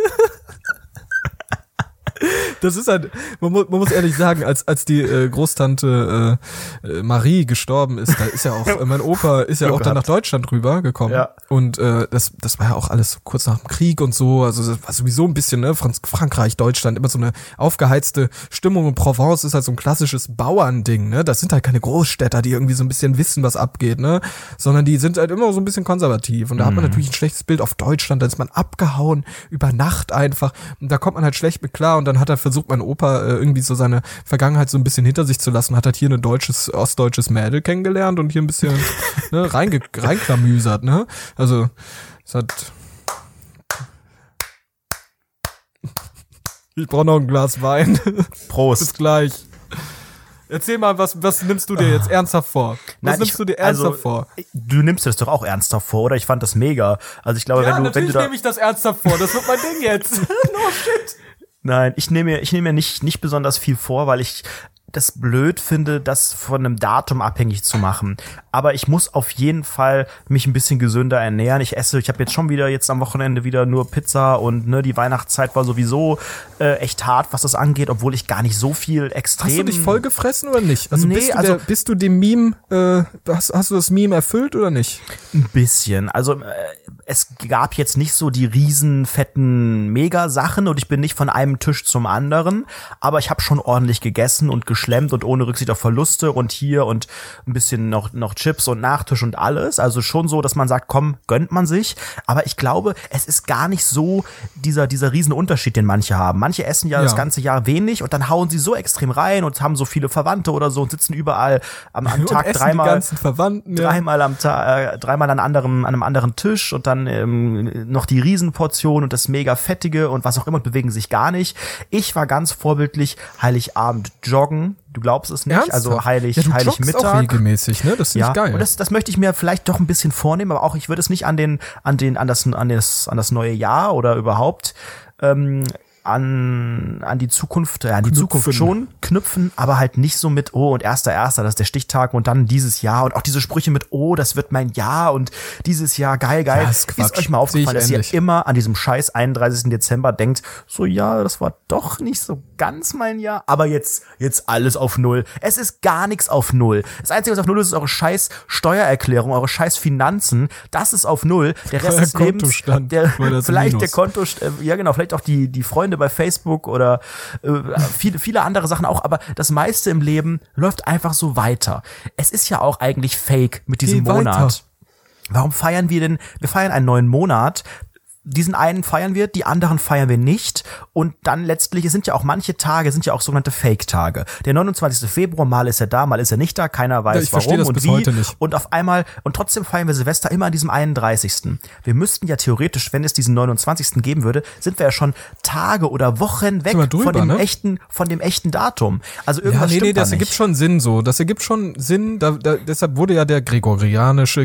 Das ist halt, man muss ehrlich sagen, als die Großtante Marie gestorben ist, da ist ja auch, mein Opa ist ja auch dann nach Deutschland rüber gekommen. Ja. Und das war ja auch alles kurz nach dem Krieg und so, also das war sowieso ein bisschen, ne, Frankreich, Deutschland, immer so eine aufgeheizte Stimmung und Provence ist halt so ein klassisches Bauernding, ne? Das sind halt keine Großstädter, die irgendwie so ein bisschen wissen, was abgeht, ne? Sondern die sind halt immer so ein bisschen konservativ und da hat man natürlich ein schlechtes Bild auf Deutschland, da ist man abgehauen über Nacht einfach und da kommt man halt schlecht mit klar und dann hat er versucht, mein Opa irgendwie so seine Vergangenheit so ein bisschen hinter sich zu lassen, hat halt hier ein ostdeutsches Mädel kennengelernt und hier ein bisschen ne, reinklamüsert, ne? Also, es hat... Ich brauche noch ein Glas Wein. Prost. Bis gleich. Erzähl mal, was nimmst du dir jetzt ernsthaft vor? Nimmst du dir ernsthaft vor? Du nimmst das doch auch ernsthaft vor, oder? Ich fand das mega. Also ich glaube, wenn du nehme ich das ernsthaft vor. Das wird mein Ding jetzt. No shit. Nein, ich nehme mir nicht besonders viel vor, weil ich das blöd finde, das von einem Datum abhängig zu machen. Aber ich muss auf jeden Fall mich ein bisschen gesünder ernähren. Ich habe jetzt schon wieder am Wochenende wieder nur Pizza und ne, die Weihnachtszeit war sowieso echt hart, was das angeht, obwohl ich gar nicht so viel extrem... Hast du dich voll gefressen oder nicht? Also nee, bist du dem Meme, hast du das Meme erfüllt oder nicht? Ein bisschen. Also es gab jetzt nicht so die riesen, fetten Mega-Sachen und ich bin nicht von einem Tisch zum anderen, aber ich habe schon ordentlich gegessen und geschlemmt und ohne Rücksicht auf Verluste und hier und ein bisschen noch Chips und Nachtisch und alles. Also schon so, dass man sagt, komm, gönnt man sich. Aber ich glaube, es ist gar nicht so dieser riesen Unterschied, den manche haben. Manche essen ja das ganze Jahr wenig und dann hauen sie so extrem rein und haben so viele Verwandte oder so und sitzen überall am Tag dreimal an einem anderen Tisch und dann noch die Riesenportion und das mega fettige und was auch immer und bewegen sich gar nicht. Ich war ganz vorbildlich Heiligabend joggen. Du glaubst es nicht, Ernsthaft? Also Heiligmittag. Auch regelmäßig, ne? Das finde ich geil. Und das möchte ich mir vielleicht doch ein bisschen vornehmen, aber auch ich würde es nicht an das neue Jahr oder überhaupt an die Zukunft, an die Zukunft schon knüpfen, aber halt nicht so mit, oh, und 1.1., das ist der Stichtag und dann dieses Jahr und auch diese Sprüche mit, oh, das wird mein Jahr und dieses Jahr, geil. Ja, ist euch mal aufgefallen, dass ihr immer an diesem scheiß 31. Dezember denkt, so, ja, das war doch nicht so ganz mein Jahr, aber jetzt alles auf Null. Es ist gar nichts auf Null. Das Einzige, was auf Null ist eure scheiß Steuererklärung, eure scheiß Finanzen, das ist auf Null. Der Rest des Lebens, vielleicht der Kontostand, ja genau, vielleicht auch die Freunde bei Facebook oder viele andere Sachen auch, aber das meiste im Leben läuft einfach so weiter. Es ist ja auch eigentlich fake mit diesem Monat. Warum feiern wir denn? Wir feiern einen neuen Monat. Diesen einen feiern wir, die anderen feiern wir nicht. Und dann letztlich, es sind ja auch manche Tage, sind ja auch sogenannte Fake-Tage. Der 29. Februar, mal ist er da, mal ist er nicht da, keiner weiß warum und wie. Und auf einmal, und trotzdem feiern wir Silvester immer an diesem 31. Wir müssten ja theoretisch, wenn es diesen 29. geben würde, sind wir ja schon Tage oder Wochen weg von dem echten Datum. Also irgendwas stimmt das ergibt schon Sinn so. Das ergibt schon Sinn. Deshalb wurde ja der gregorianische,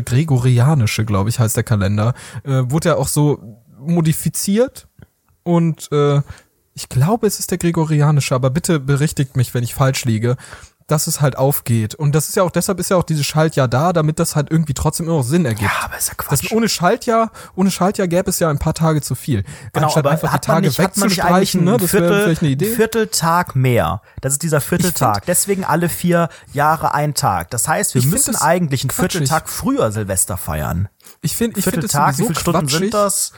glaube ich, heißt der Kalender, wurde ja auch so modifiziert und ich glaube, es ist der gregorianische, aber bitte berichtigt mich, wenn ich falsch liege, dass es halt aufgeht. Und das ist ja auch, deshalb ist ja auch dieses Schaltjahr da, damit das halt irgendwie trotzdem immer noch Sinn ergibt. Ja, aber ist ja Quatsch. Ohne Schaltjahr gäbe es ja ein paar Tage zu viel. Genau, anstatt aber einfach die Tage wegzustreichen, ne, das wäre vielleicht eine Idee. Vierteltag mehr. Das ist dieser Vierteltag. Deswegen alle 4 Jahre ein Tag. Das heißt, wir müssen eigentlich einen Vierteltag früher Silvester feiern. Ich finde es wie viele Stunden sind das?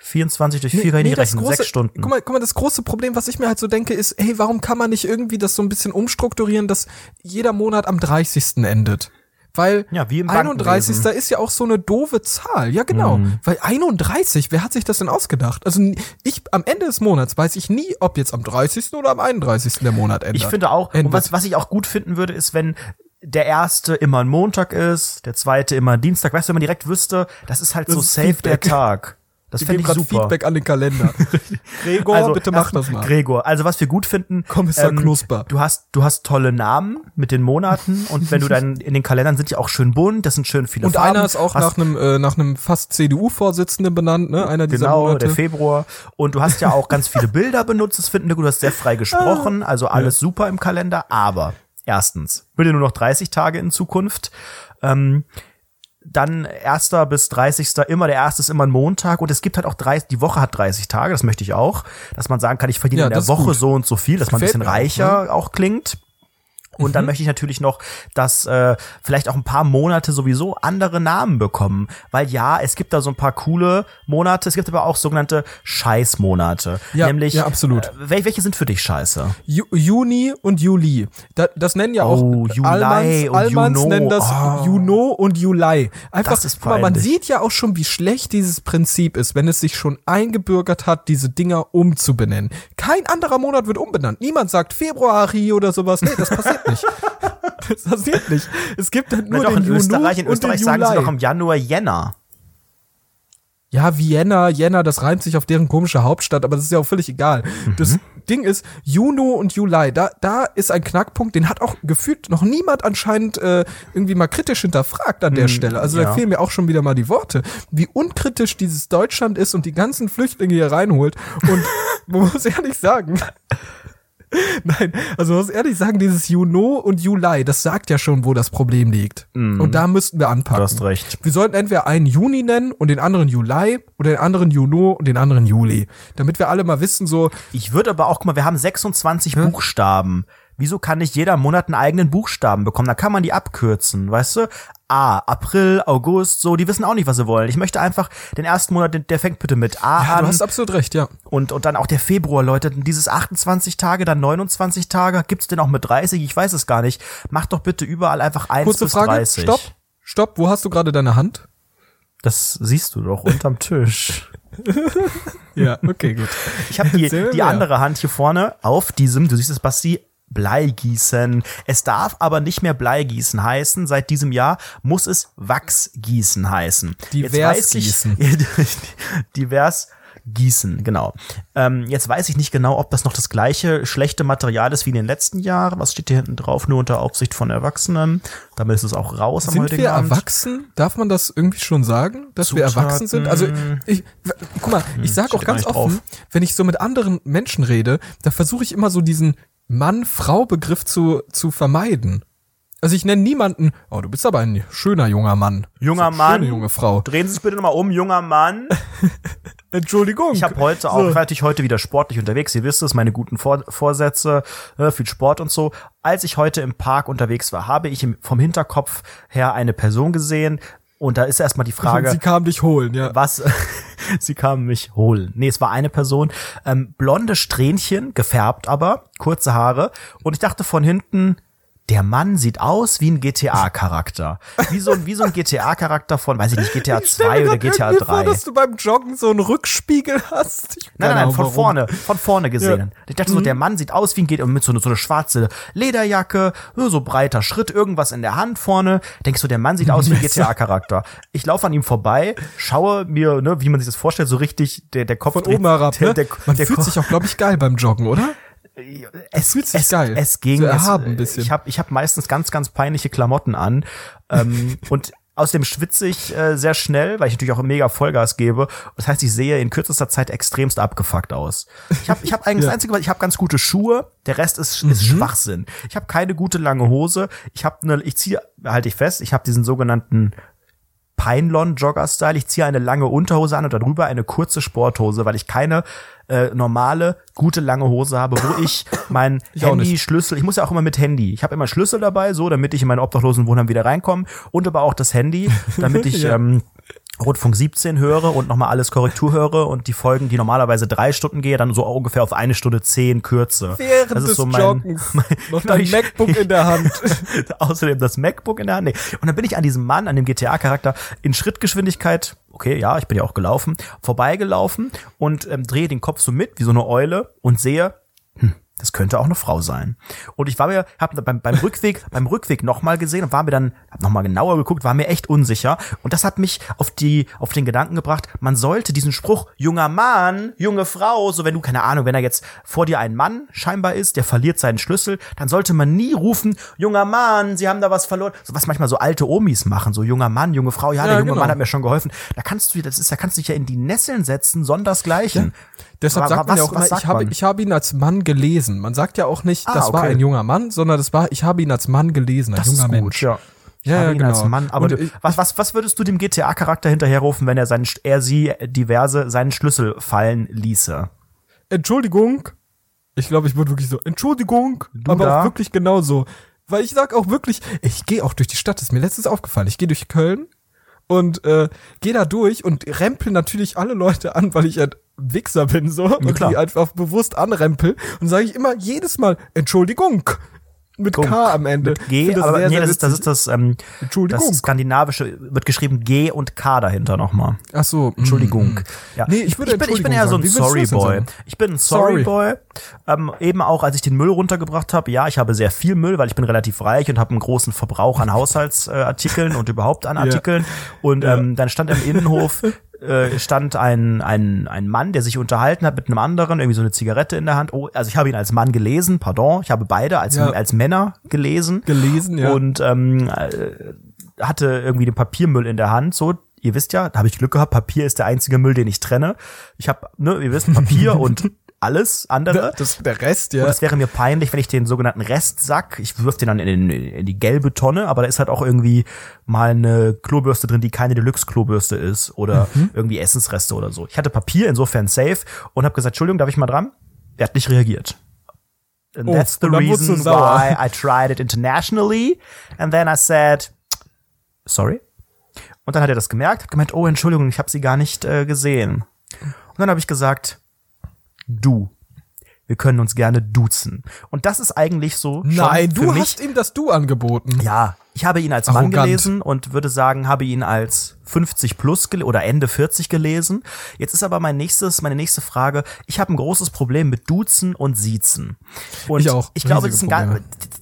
24 durch 4 kann ich nicht rechnen, 6 Stunden. Guck mal, das große Problem, was ich mir halt so denke, ist, hey, warum kann man nicht irgendwie das so ein bisschen umstrukturieren, dass jeder Monat am 30. endet? Weil wie im 31. ist ja auch so eine doofe Zahl. Ja, genau. Weil 31, wer hat sich das denn ausgedacht? Also am Ende des Monats weiß ich nie, ob jetzt am 30. oder am 31. der Monat endet. Ich finde auch, und was ich auch gut finden würde, ist, wenn der erste immer ein Montag ist, der zweite immer ein Dienstag. Weißt du, wenn man direkt wüsste, das ist halt das so safe Feedback. Der Tag. Das fände ich super. Feedback an den Kalender. Gregor, also, bitte mach das mal. Gregor, also was wir gut finden. Kommissar Knusper. Du hast tolle Namen mit den Monaten und wenn du dann in den Kalendern sind die auch schön bunt, das sind schön viele und Farben. Und einer ist auch nach einem fast CDU-Vorsitzenden benannt, ne? Einer dieser Monate. Genau, der Februar. Und du hast ja auch ganz viele Bilder benutzt, das finden wir gut, du hast sehr frei gesprochen, also alles super im Kalender, aber erstens, bitte nur noch 30 Tage in Zukunft. Dann 1. bis 30. immer, der 1. ist immer ein Montag und es gibt halt auch die Woche hat 30 Tage, das möchte ich auch, dass man sagen kann, ich verdiene in der Woche so und so viel, dass man ein bisschen reicher auch klingt. Und dann möchte ich natürlich noch, dass vielleicht auch ein paar Monate sowieso andere Namen bekommen. Weil ja, es gibt da so ein paar coole Monate, es gibt aber auch sogenannte Scheißmonate. Ja, nämlich, ja, absolut. Welche sind für dich scheiße? Juni und Juli. Das nennen ja auch Allmanns nennen das Juno und Juli. Einfach, das ist peinlich. Man sieht ja auch schon, wie schlecht dieses Prinzip ist, wenn es sich schon eingebürgert hat, diese Dinger umzubenennen. Kein anderer Monat wird umbenannt. Niemand sagt Februari oder sowas. Nee, das passiert nicht. Das passiert nicht. Es gibt halt nur den Juni in Österreich sagen sie doch im Januar Jänner. Ja, Jänner, das reimt sich auf deren komische Hauptstadt, aber das ist ja auch völlig egal. Das Ding ist, Juno und Juli, da ist ein Knackpunkt, den hat auch gefühlt noch niemand anscheinend irgendwie mal kritisch hinterfragt an der Stelle. Also da fehlen mir auch schon wieder mal die Worte, wie unkritisch dieses Deutschland ist und die ganzen Flüchtlinge hier reinholt. Und man muss ehrlich sagen, nein, also man muss ehrlich sagen, dieses Juno und Juli, das sagt ja schon, wo das Problem liegt. Und da müssten wir anpacken. Du hast recht. Wir sollten entweder einen Juni nennen und den anderen Juli oder den anderen Juno und den anderen Juli. Damit wir alle mal wissen, so. Ich würde aber auch, guck mal, wir haben 26 Buchstaben. Wieso kann nicht jeder Monat einen eigenen Buchstaben bekommen? Da kann man die abkürzen, weißt du? April, August, so, die wissen auch nicht, was sie wollen. Ich möchte einfach den ersten Monat, der fängt bitte mit A an. Du hast absolut recht, ja. Und dann auch der Februar, Leute, dieses 28 Tage, dann 29 Tage, gibt's den auch mit 30? Ich weiß es gar nicht. Macht doch bitte überall einfach 1 Kurze bis Frage, 30. Stopp, wo hast du gerade deine Hand? Das siehst du doch unterm Tisch. Ja, okay, gut. Ich habe die andere Hand hier vorne auf diesem, du siehst es, Basti, Bleigießen. Es darf aber nicht mehr Bleigießen heißen. Seit diesem Jahr muss es Wachsgießen heißen. Diversgießen. Gießen, genau. Jetzt weiß ich nicht genau, ob das noch das gleiche schlechte Material ist wie in den letzten Jahren. Was steht hier hinten drauf? Nur unter Aufsicht von Erwachsenen. Damit ist es auch raus am heutigen Abend. Sind wir erwachsen? Darf man das irgendwie schon sagen, dass wir erwachsen sind? Also guck mal, ich sage auch ganz offen, wenn ich so mit anderen Menschen rede, da versuche ich immer so diesen Mann-Frau-Begriff zu vermeiden. Also ich nenne niemanden, oh, du bist aber ein schöner junger Mann. Junger Mann. Schöne junge Frau. Drehen Sie sich bitte nochmal um, junger Mann. Entschuldigung. Ich habe heute auch, relativ heute wieder sportlich unterwegs. Ihr wisst es, meine guten Vorsätze, viel Sport und so. Als ich heute im Park unterwegs war, habe ich vom Hinterkopf her eine Person gesehen. Und da ist erstmal die Frage. Sie kam dich holen, ja. Was? Sie kam mich holen. Nee, es war eine Person. Blonde Strähnchen, gefärbt aber, kurze Haare. Und ich dachte von hinten, der Mann sieht aus wie ein GTA-Charakter. Wie so ein GTA-Charakter von, weiß ich nicht, GTA 2 oder GTA 3. Vor, dass du beim Joggen so einen Rückspiegel hast. Nein, von vorne gesehen. Ja. Ich dachte so, der Mann sieht aus wie ein GTA, mit so eine schwarze Lederjacke, so breiter Schritt, irgendwas in der Hand vorne. Denkst du, der Mann sieht aus wie ein GTA-Charakter. Ich laufe an ihm vorbei, schaue mir, wie man sich das vorstellt, so richtig der Kopf von oben herab. Man fühlt sich auch, glaube ich, geil beim Joggen, oder? Es ging. So erhaben ein bisschen. Ich hab meistens ganz, ganz peinliche Klamotten an. Und außerdem schwitze ich sehr schnell, weil ich natürlich auch mega Vollgas gebe. Das heißt, ich sehe in kürzester Zeit extremst abgefuckt aus. Ich hab eigentlich das Einzige, ich habe ganz gute Schuhe. Der Rest ist Schwachsinn. Ich habe keine gute lange Hose. Ich habe halte ich fest, ich habe diesen sogenannten Pinelon-Jogger-Style. Ich ziehe eine lange Unterhose an und darüber eine kurze Sporthose, weil ich keine normale, gute, lange Hose habe, wo ich mein Handy, Schlüssel, ich muss ja auch immer mit Handy. Ich habe immer Schlüssel dabei, so, damit ich in meine obdachlosen Wohnheim wieder reinkomme und aber auch das Handy, damit ich Rundfunk 17 höre und nochmal alles Korrektur höre und die Folgen, die normalerweise 3 Stunden gehen, dann so ungefähr auf 1 Stunde 10 kürze. Während das ist des so Joggens noch dein MacBook in der Hand. Außerdem das MacBook in der Hand. Nee. Und dann bin ich an diesem Mann, an dem GTA-Charakter, in Schrittgeschwindigkeit, okay, ja, ich bin ja auch gelaufen, vorbeigelaufen und drehe den Kopf so mit, wie so eine Eule und sehe, das könnte auch eine Frau sein. Und ich hab beim Rückweg nochmal gesehen und hab nochmal genauer geguckt, war mir echt unsicher. Und das hat mich auf den Gedanken gebracht, man sollte diesen Spruch, junger Mann, junge Frau, so wenn du, keine Ahnung, wenn da jetzt vor dir ein Mann scheinbar ist, der verliert seinen Schlüssel, dann sollte man nie rufen, junger Mann, Sie haben da was verloren. So was manchmal so alte Omis machen, so junger Mann, junge Frau, ja, der junge Mann hat mir schon geholfen. Da kannst du dich ja in die Nesseln setzen, sondersgleichen. Ja. Deshalb sagt man ja auch immer, ich habe ihn als Mann gelesen. Man sagt ja auch nicht, das war ein junger Mann, sondern ich habe ihn als Mann gelesen, ein junger Mensch. Ja. Ich habe ihn als Mann. Aber was würdest du dem GTA-Charakter hinterherrufen, wenn er seinen Schlüssel fallen ließe? Entschuldigung. Ich glaube, ich würde wirklich so, Entschuldigung, aber auch wirklich genauso. Weil ich sag auch wirklich, ich gehe auch durch die Stadt, das ist mir letztens aufgefallen. Ich gehe durch Köln und gehe da durch und rempel natürlich alle Leute an, weil ich ein Wichser bin so und die einfach bewusst anrempel und sage ich immer jedes Mal Entschuldigung mit K am Ende. Mit G, aber nee, das ist das Entschuldigung. Das skandinavische wird geschrieben G und K dahinter nochmal. Ach so, Entschuldigung. Ja. Nee, ich bin eher so ein Sorry-Boy. Ich bin ein Sorry-Boy. Eben auch, als ich den Müll runtergebracht habe. Ja, ich habe sehr viel Müll, weil ich bin relativ reich und habe einen großen Verbrauch an Haushaltsartikeln und überhaupt an Artikeln. Und dann stand im Innenhof ein Mann, der sich unterhalten hat mit einem anderen, irgendwie so eine Zigarette in der Hand. Oh, also ich habe ihn als Mann gelesen, pardon. Ich habe beide als Männer gelesen. Ja. Und hatte irgendwie den Papiermüll in der Hand, so. Ihr wisst ja, da habe ich Glück gehabt, Papier ist der einzige Müll, den ich trenne. Ich habe, ihr wisst, Papier und alles andere. Der Rest, ja. Und es wäre mir peinlich, wenn ich den sogenannten Restsack, ich wirf den dann in die gelbe Tonne, aber da ist halt auch irgendwie mal eine Klobürste drin, die keine Deluxe-Klobürste ist oder irgendwie Essensreste oder so. Ich hatte Papier, insofern safe und habe gesagt, Entschuldigung, darf ich mal dran? Er hat nicht reagiert. And that's the reason why I tried it internationally. And then I said, sorry. Und dann hat er das gemerkt, hat gemeint, oh, Entschuldigung, ich habe sie gar nicht gesehen. Und dann habe ich gesagt, du. Wir können uns gerne duzen. Und das ist eigentlich so. Nein, du hast ihm das Du angeboten. Ja, ich habe ihn als Mann gelesen und würde sagen, habe ihn als 50 plus oder Ende 40 gelesen. Jetzt ist aber meine nächste Frage. Ich habe ein großes Problem mit Duzen und Siezen. Und ich auch. Ich glaube, das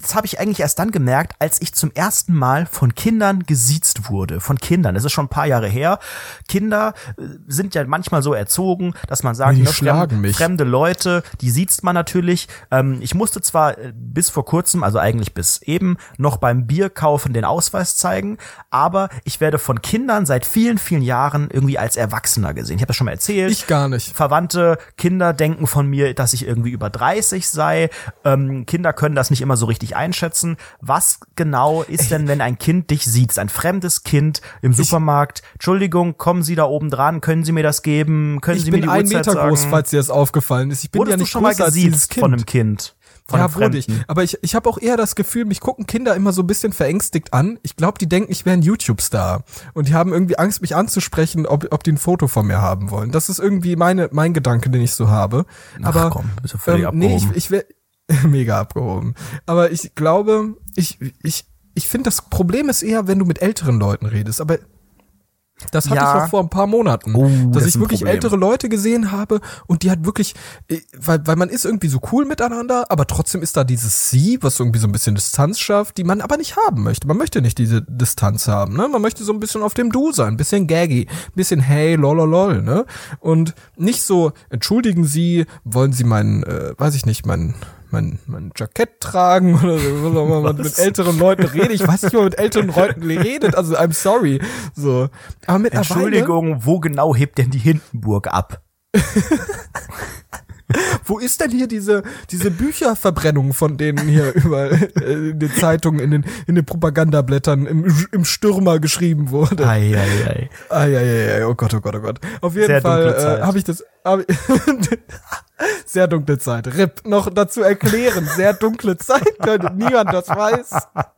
das habe ich eigentlich erst dann gemerkt, als ich zum ersten Mal von Kindern gesiezt wurde. Von Kindern. Das ist schon ein paar Jahre her. Kinder sind ja manchmal so erzogen, dass man sagt, Die schlagen mich. fremde Leute, die siezt man natürlich. Ich musste zwar bis vor kurzem, also eigentlich bis eben, noch beim Bierkaufen den Ausweis zeigen, aber ich werde von Kindern seit vielen, vielen Jahren irgendwie als Erwachsener gesehen. Ich habe das schon mal erzählt. Ich gar nicht. Verwandte Kinder denken von mir, dass ich irgendwie über 30 sei. Kinder können das nicht immer so richtig einschätzen. Was genau ist denn, wenn ein Kind dich sieht? Ein fremdes Kind im Supermarkt. Entschuldigung, kommen Sie da oben dran? Können Sie mir das geben? Können Sie mir die Ich bin 1 Uhrzeit Meter groß, sagen? falls dir das aufgefallen ist. Ich bin Wurdest ja du nicht schon mal größer als dieses gesiezt Kind. von einem Kind? Von einem Ja, wurde ich. Fremden? Aber ich habe auch eher das Gefühl, mich gucken Kinder immer so ein bisschen verängstigt an. Ich glaube, die denken, ich wäre ein YouTube-Star. Und die haben irgendwie Angst, mich anzusprechen, ob die ein Foto von mir haben wollen. Das ist irgendwie mein Gedanke, den ich so habe. Aber Ach komm, bist du völlig abgehoben. ich wäre mega abgehoben. Aber ich glaube, ich finde, das Problem ist eher, wenn du mit älteren Leuten redest. Aber das hatte Ja. ich auch vor ein paar Monaten, das dass ist ich ein wirklich Problem. ältere Leute gesehen habe und die hat wirklich, weil man ist irgendwie so cool miteinander, aber trotzdem ist da dieses Sie, was irgendwie so ein bisschen Distanz schafft, die man aber nicht haben möchte. Man möchte nicht diese Distanz haben, ne? Man möchte so ein bisschen auf dem Du sein, ein bisschen gaggy, ein bisschen hey, lololol, ne? Und nicht so, entschuldigen Sie, wollen Sie mein Jackett tragen oder so, wenn man mit älteren Leuten redet. Ich weiß nicht, wie man mit älteren Leuten redet, also I'm sorry. So. Aber mittlerweile, Entschuldigung, wo genau hebt denn die Hindenburg ab? wo ist denn hier diese Bücherverbrennung, von denen hier überall in den Zeitungen, in den Propagandablättern im Stürmer geschrieben wurde? Ei. Ei, oh Gott. Auf jeden Sehr dunkle Fall Zeit. habe ich das. Sehr dunkle Zeit. RIP. Noch dazu erklären. Sehr dunkle Zeit. Niemand das weiß.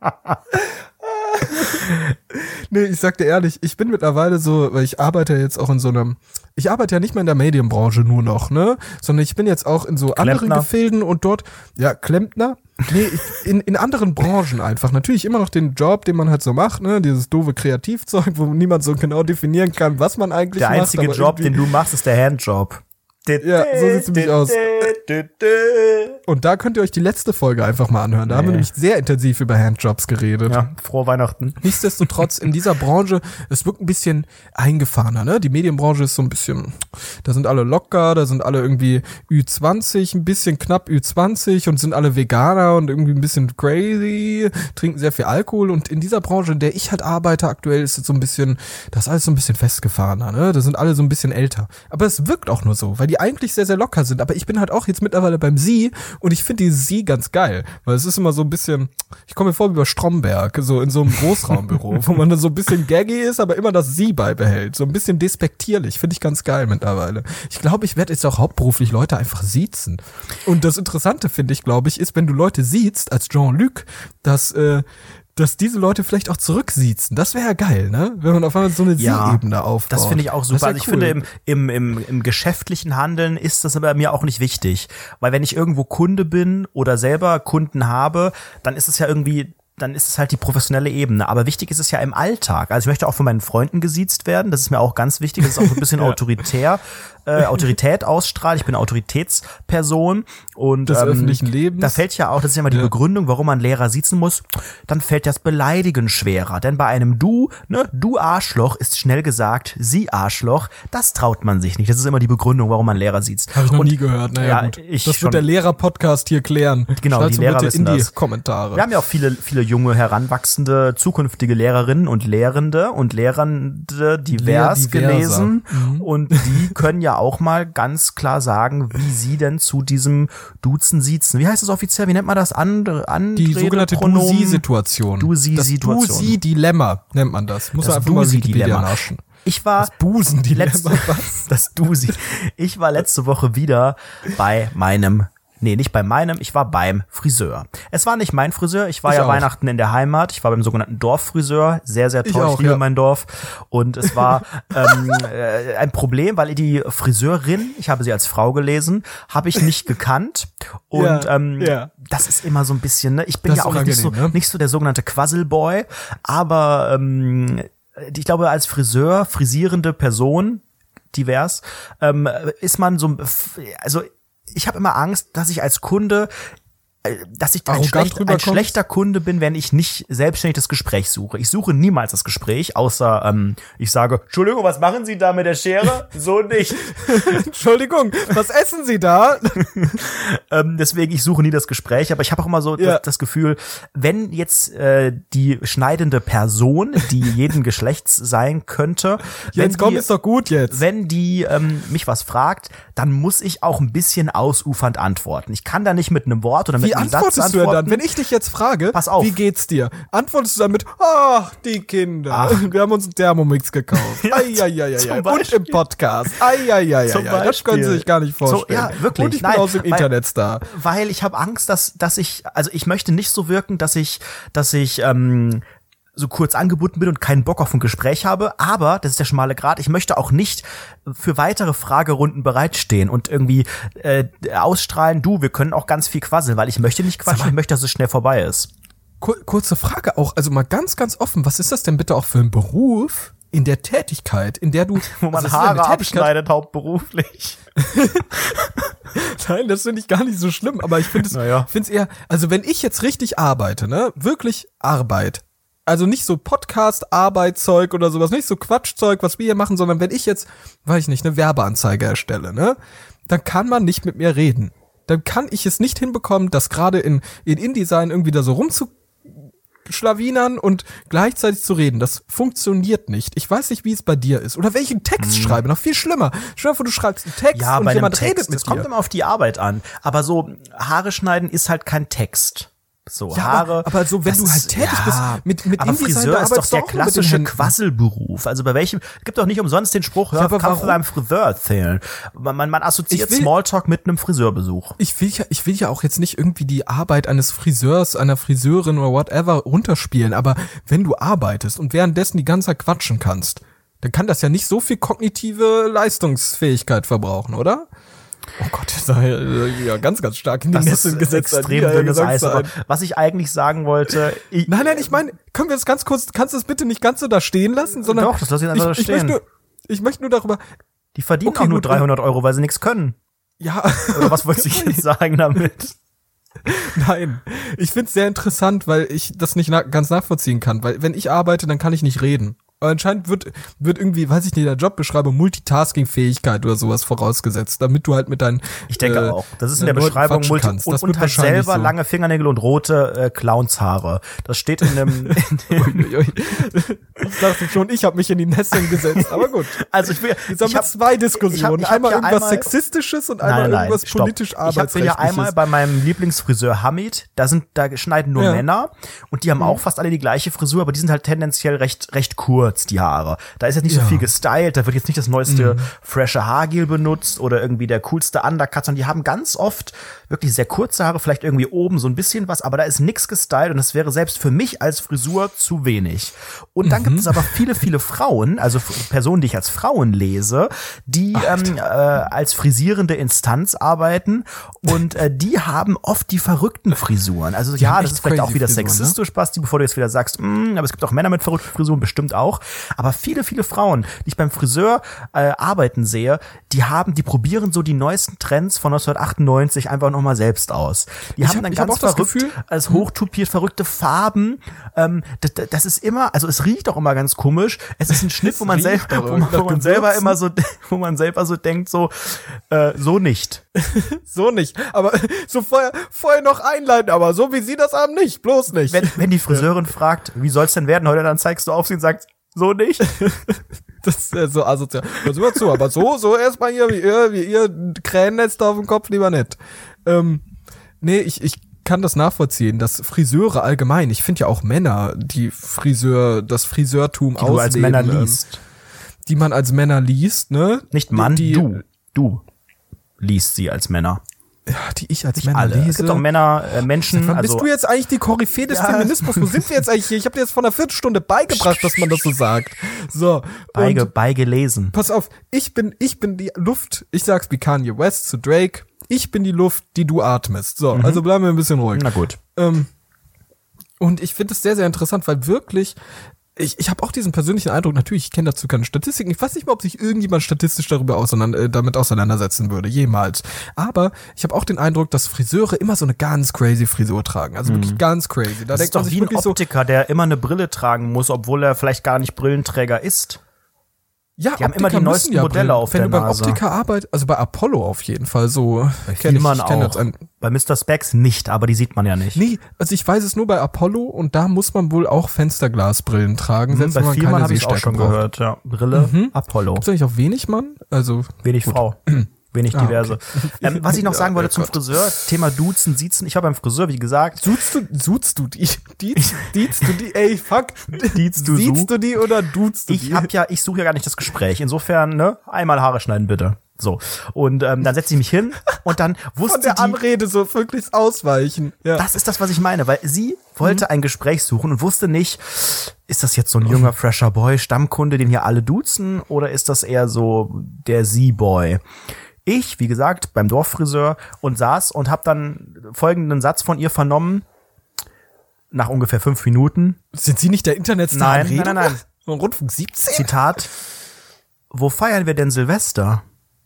Nee, ich sag dir ehrlich, ich bin mittlerweile so, weil ich arbeite jetzt auch ich arbeite ja nicht mehr in der Medienbranche nur noch, ne, sondern ich bin jetzt auch in so anderen Klempner. Gefilden und dort, ja, Klempner. Nee, in anderen Branchen einfach. Natürlich immer noch den Job, den man halt so macht, ne, dieses doofe Kreativzeug, wo niemand so genau definieren kann, was man eigentlich Der macht. einzige aber Job, irgendwie- den du machst, ist der Handjob. Ja, so sieht's nämlich aus. Und da könnt ihr euch die letzte Folge einfach mal anhören. Da haben wir nämlich sehr intensiv über Handjobs geredet. Ja, frohe Weihnachten. Nichtsdestotrotz, in dieser Branche, es wirkt ein bisschen eingefahrener, ne? Die Medienbranche ist so ein bisschen, da sind alle locker, da sind alle irgendwie Ü20, ein bisschen knapp Ü20 und sind alle Veganer und irgendwie ein bisschen crazy, trinken sehr viel Alkohol und in dieser Branche, in der ich halt arbeite aktuell, ist es so ein bisschen, das ist alles so ein bisschen festgefahrener, ne? Da sind alle so ein bisschen älter. Aber es wirkt auch nur so, weil die eigentlich sehr, sehr locker sind. Aber ich bin halt auch jetzt mittlerweile beim Sie und ich finde dieses Sie ganz geil, weil es ist immer so ein bisschen, ich komme mir vor wie bei Stromberg, so in so einem Großraumbüro, wo man dann so ein bisschen gaggy ist, aber immer das Sie beibehält. So ein bisschen despektierlich, finde ich ganz geil mittlerweile. Ich glaube, ich werde jetzt auch hauptberuflich Leute einfach siezen. Und das Interessante, finde ich, glaube ich, ist, wenn du Leute siehst, als Jean-Luc, dass diese Leute vielleicht auch zurücksiezen. Das wäre ja geil, ne? Wenn man auf einmal so eine Sie-Ebene aufbaut. Das finde ich auch super. Das wär Also ich cool. finde, im geschäftlichen Handeln ist das aber mir auch nicht wichtig. Weil wenn ich irgendwo Kunde bin oder selber Kunden habe, dann ist es ja irgendwie, dann ist es halt die professionelle Ebene. Aber wichtig ist es ja im Alltag. Also ich möchte auch von meinen Freunden gesiezt werden. Das ist mir auch ganz wichtig. Das ist auch so ein bisschen Autorität ausstrahlt. Ich bin Autoritätsperson und Des öffentlichen Lebens. Da fällt ja auch, das ist ja immer die Begründung, warum man Lehrer siezen muss. Dann fällt das Beleidigen schwerer. Denn bei einem Du, ne, du Arschloch ist schnell gesagt, Sie Arschloch, das traut man sich nicht. Das ist immer die Begründung, warum man Lehrer siezt. Habe ich noch Und nie gehört. Naja, ja, gut. ich Das schon. wird der Lehrer-Podcast hier klären. Genau, Schreibt's die Lehrer bitte wissen in die das. Kommentare. Wir haben ja auch viele junge, heranwachsende, zukünftige Lehrerinnen und Lehrende und Lehrende divers Diverser. gelesen. Und die können ja auch mal ganz klar sagen, wie sie denn zu diesem Duzen siezen. Wie heißt das offiziell? Wie nennt man das? Die sogenannte Du-Sie-Situation. Du-Sie-Situation. Das Du-Sie-Dilemma nennt man das. Muss Das man einfach mal Du-Sie-Dilemma. Wikipedia naschen. Ich war Das Busen-Dilemma. das Dusi. Ich war letzte Woche wieder ich war beim Friseur. Es war nicht mein Friseur, ich war Ich ja auch. Weihnachten in der Heimat, ich war beim sogenannten Dorffriseur, sehr, sehr toll, auch, ich liebe ja. mein Dorf. Und es war ein Problem, weil die Friseurin, ich habe sie als Frau gelesen, habe ich nicht gekannt. Und Ja. das ist immer so ein bisschen, ne? Ich bin Das ja ist auch unangenehm, ne? nicht so der sogenannte Quasselboy, aber ich glaube, als Friseur, frisierende Person, divers, ist man so, also ich habe immer Angst, dass ich als Kunde dass ich Arrogant ein schlechter Kunde bin, wenn ich nicht selbstständig das Gespräch suche. Ich suche niemals das Gespräch, außer ich sage, Entschuldigung, was machen Sie da mit der Schere? So nicht. Entschuldigung, was essen Sie da? Deswegen, ich suche nie das Gespräch, aber ich habe auch immer so das Gefühl, wenn jetzt die schneidende Person, die jeden Geschlechts sein könnte, Jetzt komm, ist doch gut jetzt. wenn die mich was fragt, dann muss ich auch ein bisschen ausufernd antworten. Ich kann da nicht mit einem Wort oder mit Wie einem Satz antwortest du denn antworten. dann? Wenn ich dich jetzt frage, Pass auf. wie geht's dir? Antwortest du dann mit, ach, die Kinder. Wir haben uns einen Thermomix gekauft. Eieieiei. zum Und Beispiel. im Podcast. Eieieiei. Zum Das können Sie sich gar nicht vorstellen. So, ja, wirklich. Und ich bin Nein, aus dem Internetstar. Weil ich habe Angst, dass ich möchte nicht so wirken, dass ich so kurz angebunden bin und keinen Bock auf ein Gespräch habe, aber, das ist der schmale Grat, ich möchte auch nicht für weitere Fragerunden bereitstehen und irgendwie ausstrahlen, wir können auch ganz viel quasseln, weil ich möchte nicht quatschen, ich möchte, dass es schnell vorbei ist. Kurze Frage auch, also mal ganz, ganz offen, was ist das denn bitte auch für ein Beruf in der Tätigkeit, in der du... Wo man also es ist ja Haare eine Tätigkeit- abschneidet, hauptberuflich. Nein, das finde ich gar nicht so schlimm, aber ich finde es eher, also wenn ich jetzt richtig arbeite, ne, wirklich Arbeit, also nicht so Podcast-Arbeitszeug oder sowas, nicht so Quatschzeug, was wir hier machen, sondern wenn ich jetzt, weiß ich nicht, eine Werbeanzeige erstelle, ne, dann kann man nicht mit mir reden. Dann kann ich es nicht hinbekommen, das gerade in InDesign irgendwie da so rumzuschlawinern und gleichzeitig zu reden. Das funktioniert nicht. Ich weiß nicht, wie es bei dir ist. Oder welchen Text schreibe, noch viel schlimmer. Stell dir vor, du schreibst einen Text Ja, und bei einem jemand Text, redet mit es kommt dir. immer auf die Arbeit an. Aber so Haare schneiden ist halt kein Text. So, Ja, Haare. aber so, wenn das du halt ist- tätig bist, mit aber InDesign, Friseur da ist doch arbeitest du der auch nur mit den klassische Händen. Quasselberuf. Also bei welchem, gibt doch nicht umsonst den Spruch, hör aber Kampf warum? beim Friseur erzählen. Man assoziiert Ich will- Smalltalk mit einem Friseurbesuch. Ich will ja auch jetzt nicht irgendwie die Arbeit eines Friseurs, einer Friseurin oder whatever runterspielen, aber wenn du arbeitest und währenddessen die ganze Zeit quatschen kannst, dann kann das ja nicht so viel kognitive Leistungsfähigkeit verbrauchen, oder? Oh Gott, das ist ja ganz, ganz stark in die Das Netze ist gesetzt. extrem dünnes Eis. Aber was ich eigentlich sagen wollte, Nein, ich meine, können wir das ganz kurz, kannst du das bitte nicht ganz so da stehen lassen, sondern Doch, das lass ich einfach da stehen. Ich möchte nur darüber, die verdienen Okay, auch nur gut. 300 Euro, weil sie nichts können. ja. Oder was wollte ich jetzt sagen damit? Nein, ich find's sehr interessant, weil ich das nicht ganz nachvollziehen kann, weil wenn ich arbeite, dann kann ich nicht reden. Aber anscheinend wird irgendwie, weiß ich nicht, in der Jobbeschreibung Multitasking-Fähigkeit oder sowas vorausgesetzt, damit du halt mit deinen Ich denke auch. Das ist in der Leuten Beschreibung quatschen kannst. Das und wird halt wahrscheinlich selber so. lange Fingernägel und rote Clownshaare. Das steht in dem Ich dachte schon, ich habe mich in die Nesseln gesetzt, aber gut. also ich will Jetzt haben ich wir hab- zwei Diskussionen. ich hab Einmal ja irgendwas einmal- Sexistisches und einmal Nein, irgendwas stopp. politisch Ich bin ja arbeitsrechtliches. einmal bei meinem Lieblingsfriseur Hamid, da schneiden nur Ja. Männer und die haben auch fast alle die gleiche Frisur, aber die sind halt tendenziell recht kurz, die Haare. Da ist jetzt nicht so Ja. viel gestylt, da wird jetzt nicht das neueste frische Haargel benutzt oder irgendwie der coolste Undercut, sondern die haben ganz oft wirklich sehr kurze Haare, vielleicht irgendwie oben so ein bisschen was, aber da ist nix gestylt und das wäre selbst für mich als Frisur zu wenig. Und dann gibt es aber viele, viele Frauen, also Personen, die ich als Frauen lese, die als frisierende Instanz arbeiten und die haben oft die verrückten Frisuren. Also haben ja, das echt ist vielleicht auch crazy wieder Frisuren, ne? sexistisch, Basti, bevor du jetzt wieder sagst, aber es gibt auch Männer mit verrückten Frisuren, bestimmt auch. Aber viele, viele Frauen, die ich beim Friseur arbeiten sehe, die probieren so die neuesten Trends von 1998 einfach nochmal selbst aus. Die haben dann ich hab ganz auch das verrückt, Gefühl- als hochtupiert verrückte Farben. Das ist immer, also es riecht auch immer ganz komisch. Es ist ein Schnitt, wo man riecht selber, doch wo man nach selber Gewürzen. immer so, wo man selber so denkt, so nicht. So nicht. Aber so vorher noch einleiten, aber so wie sie das haben nicht. Bloß nicht. Wenn die Friseurin fragt, wie soll's denn werden heute, dann zeigst du auf sie und sagst, so nicht. Das ist so asozial. Das immer zu, aber so erstmal hier, wie ihr Kränennetz da auf dem Kopf lieber nicht. Nee, ich kann das nachvollziehen, dass Friseure allgemein, ich finde ja auch Männer, das Friseurtum Die du als ausleben, Männer liest. die man als Männer liest, ne? Nicht Mann, die, du liest sie als Männer. Ja, die ich als Nicht Männer alle. lese. Es gibt auch Männer, Menschen, Wann also bist du jetzt eigentlich die Koryphäe des Ja. Feminismus? Wo sind wir jetzt eigentlich hier? Ich habe dir jetzt vor einer Viertelstunde beigebracht, dass man das so sagt. So. Und beigelesen. pass auf, ich bin die Luft, ich sag's wie Kanye West zu Drake, ich bin die Luft, die du atmest. So, also bleiben wir ein bisschen ruhig. Na gut. Und ich finde es sehr, sehr interessant, weil wirklich ich habe auch diesen persönlichen Eindruck, natürlich, ich kenne dazu keine Statistiken, ich weiß nicht mal, ob sich irgendjemand statistisch damit auseinandersetzen würde, jemals. Aber ich habe auch den Eindruck, dass Friseure immer so eine ganz crazy Frisur tragen, also wirklich ganz crazy. Da Das ist doch wie ein Optiker, der immer eine Brille tragen muss, obwohl er vielleicht gar nicht Brillenträger ist. Ja, die haben immer die neuesten Modelle auf der Nase. Wenn du beim Optiker arbeitest, also bei Apollo auf jeden Fall, so kenn ich auch. Bei Mr. Specs nicht, aber die sieht man ja nicht. Nee, also ich weiß es nur bei Apollo und da muss man wohl auch Fensterglasbrillen tragen, selbst bei wenn man Vielmann keine habe ich auch schon gehört, ja. Brille, Apollo. Gibt's eigentlich auch wenig Mann? Also wenig gut. Frau. Wenig diverse. Okay. Was ich noch sagen wollte zum Friseur, Thema Duzen, Siezen. Ich war beim Friseur, wie gesagt. Duzt du die? Ey, fuck. Siehst du die oder duzt du die? Ich suche ja gar nicht das Gespräch. Insofern, ne, einmal Haare schneiden bitte. So. Und dann setze ich mich hin und dann wusste von der Anrede so wirklich ausweichen. Ja. Das ist das, was ich meine, weil sie wollte ein Gespräch suchen und wusste nicht, ist das jetzt so ein junger, fresher Boy, Stammkunde, den hier alle duzen, oder ist das eher so der Sie-Boy? Ich, wie gesagt, beim Dorffriseur und saß und habe dann folgenden Satz von ihr vernommen, nach ungefähr 5 Minuten. Sind Sie nicht der Internetstar? Nein. Rundfunk 17? Zitat, wo feiern wir denn Silvester?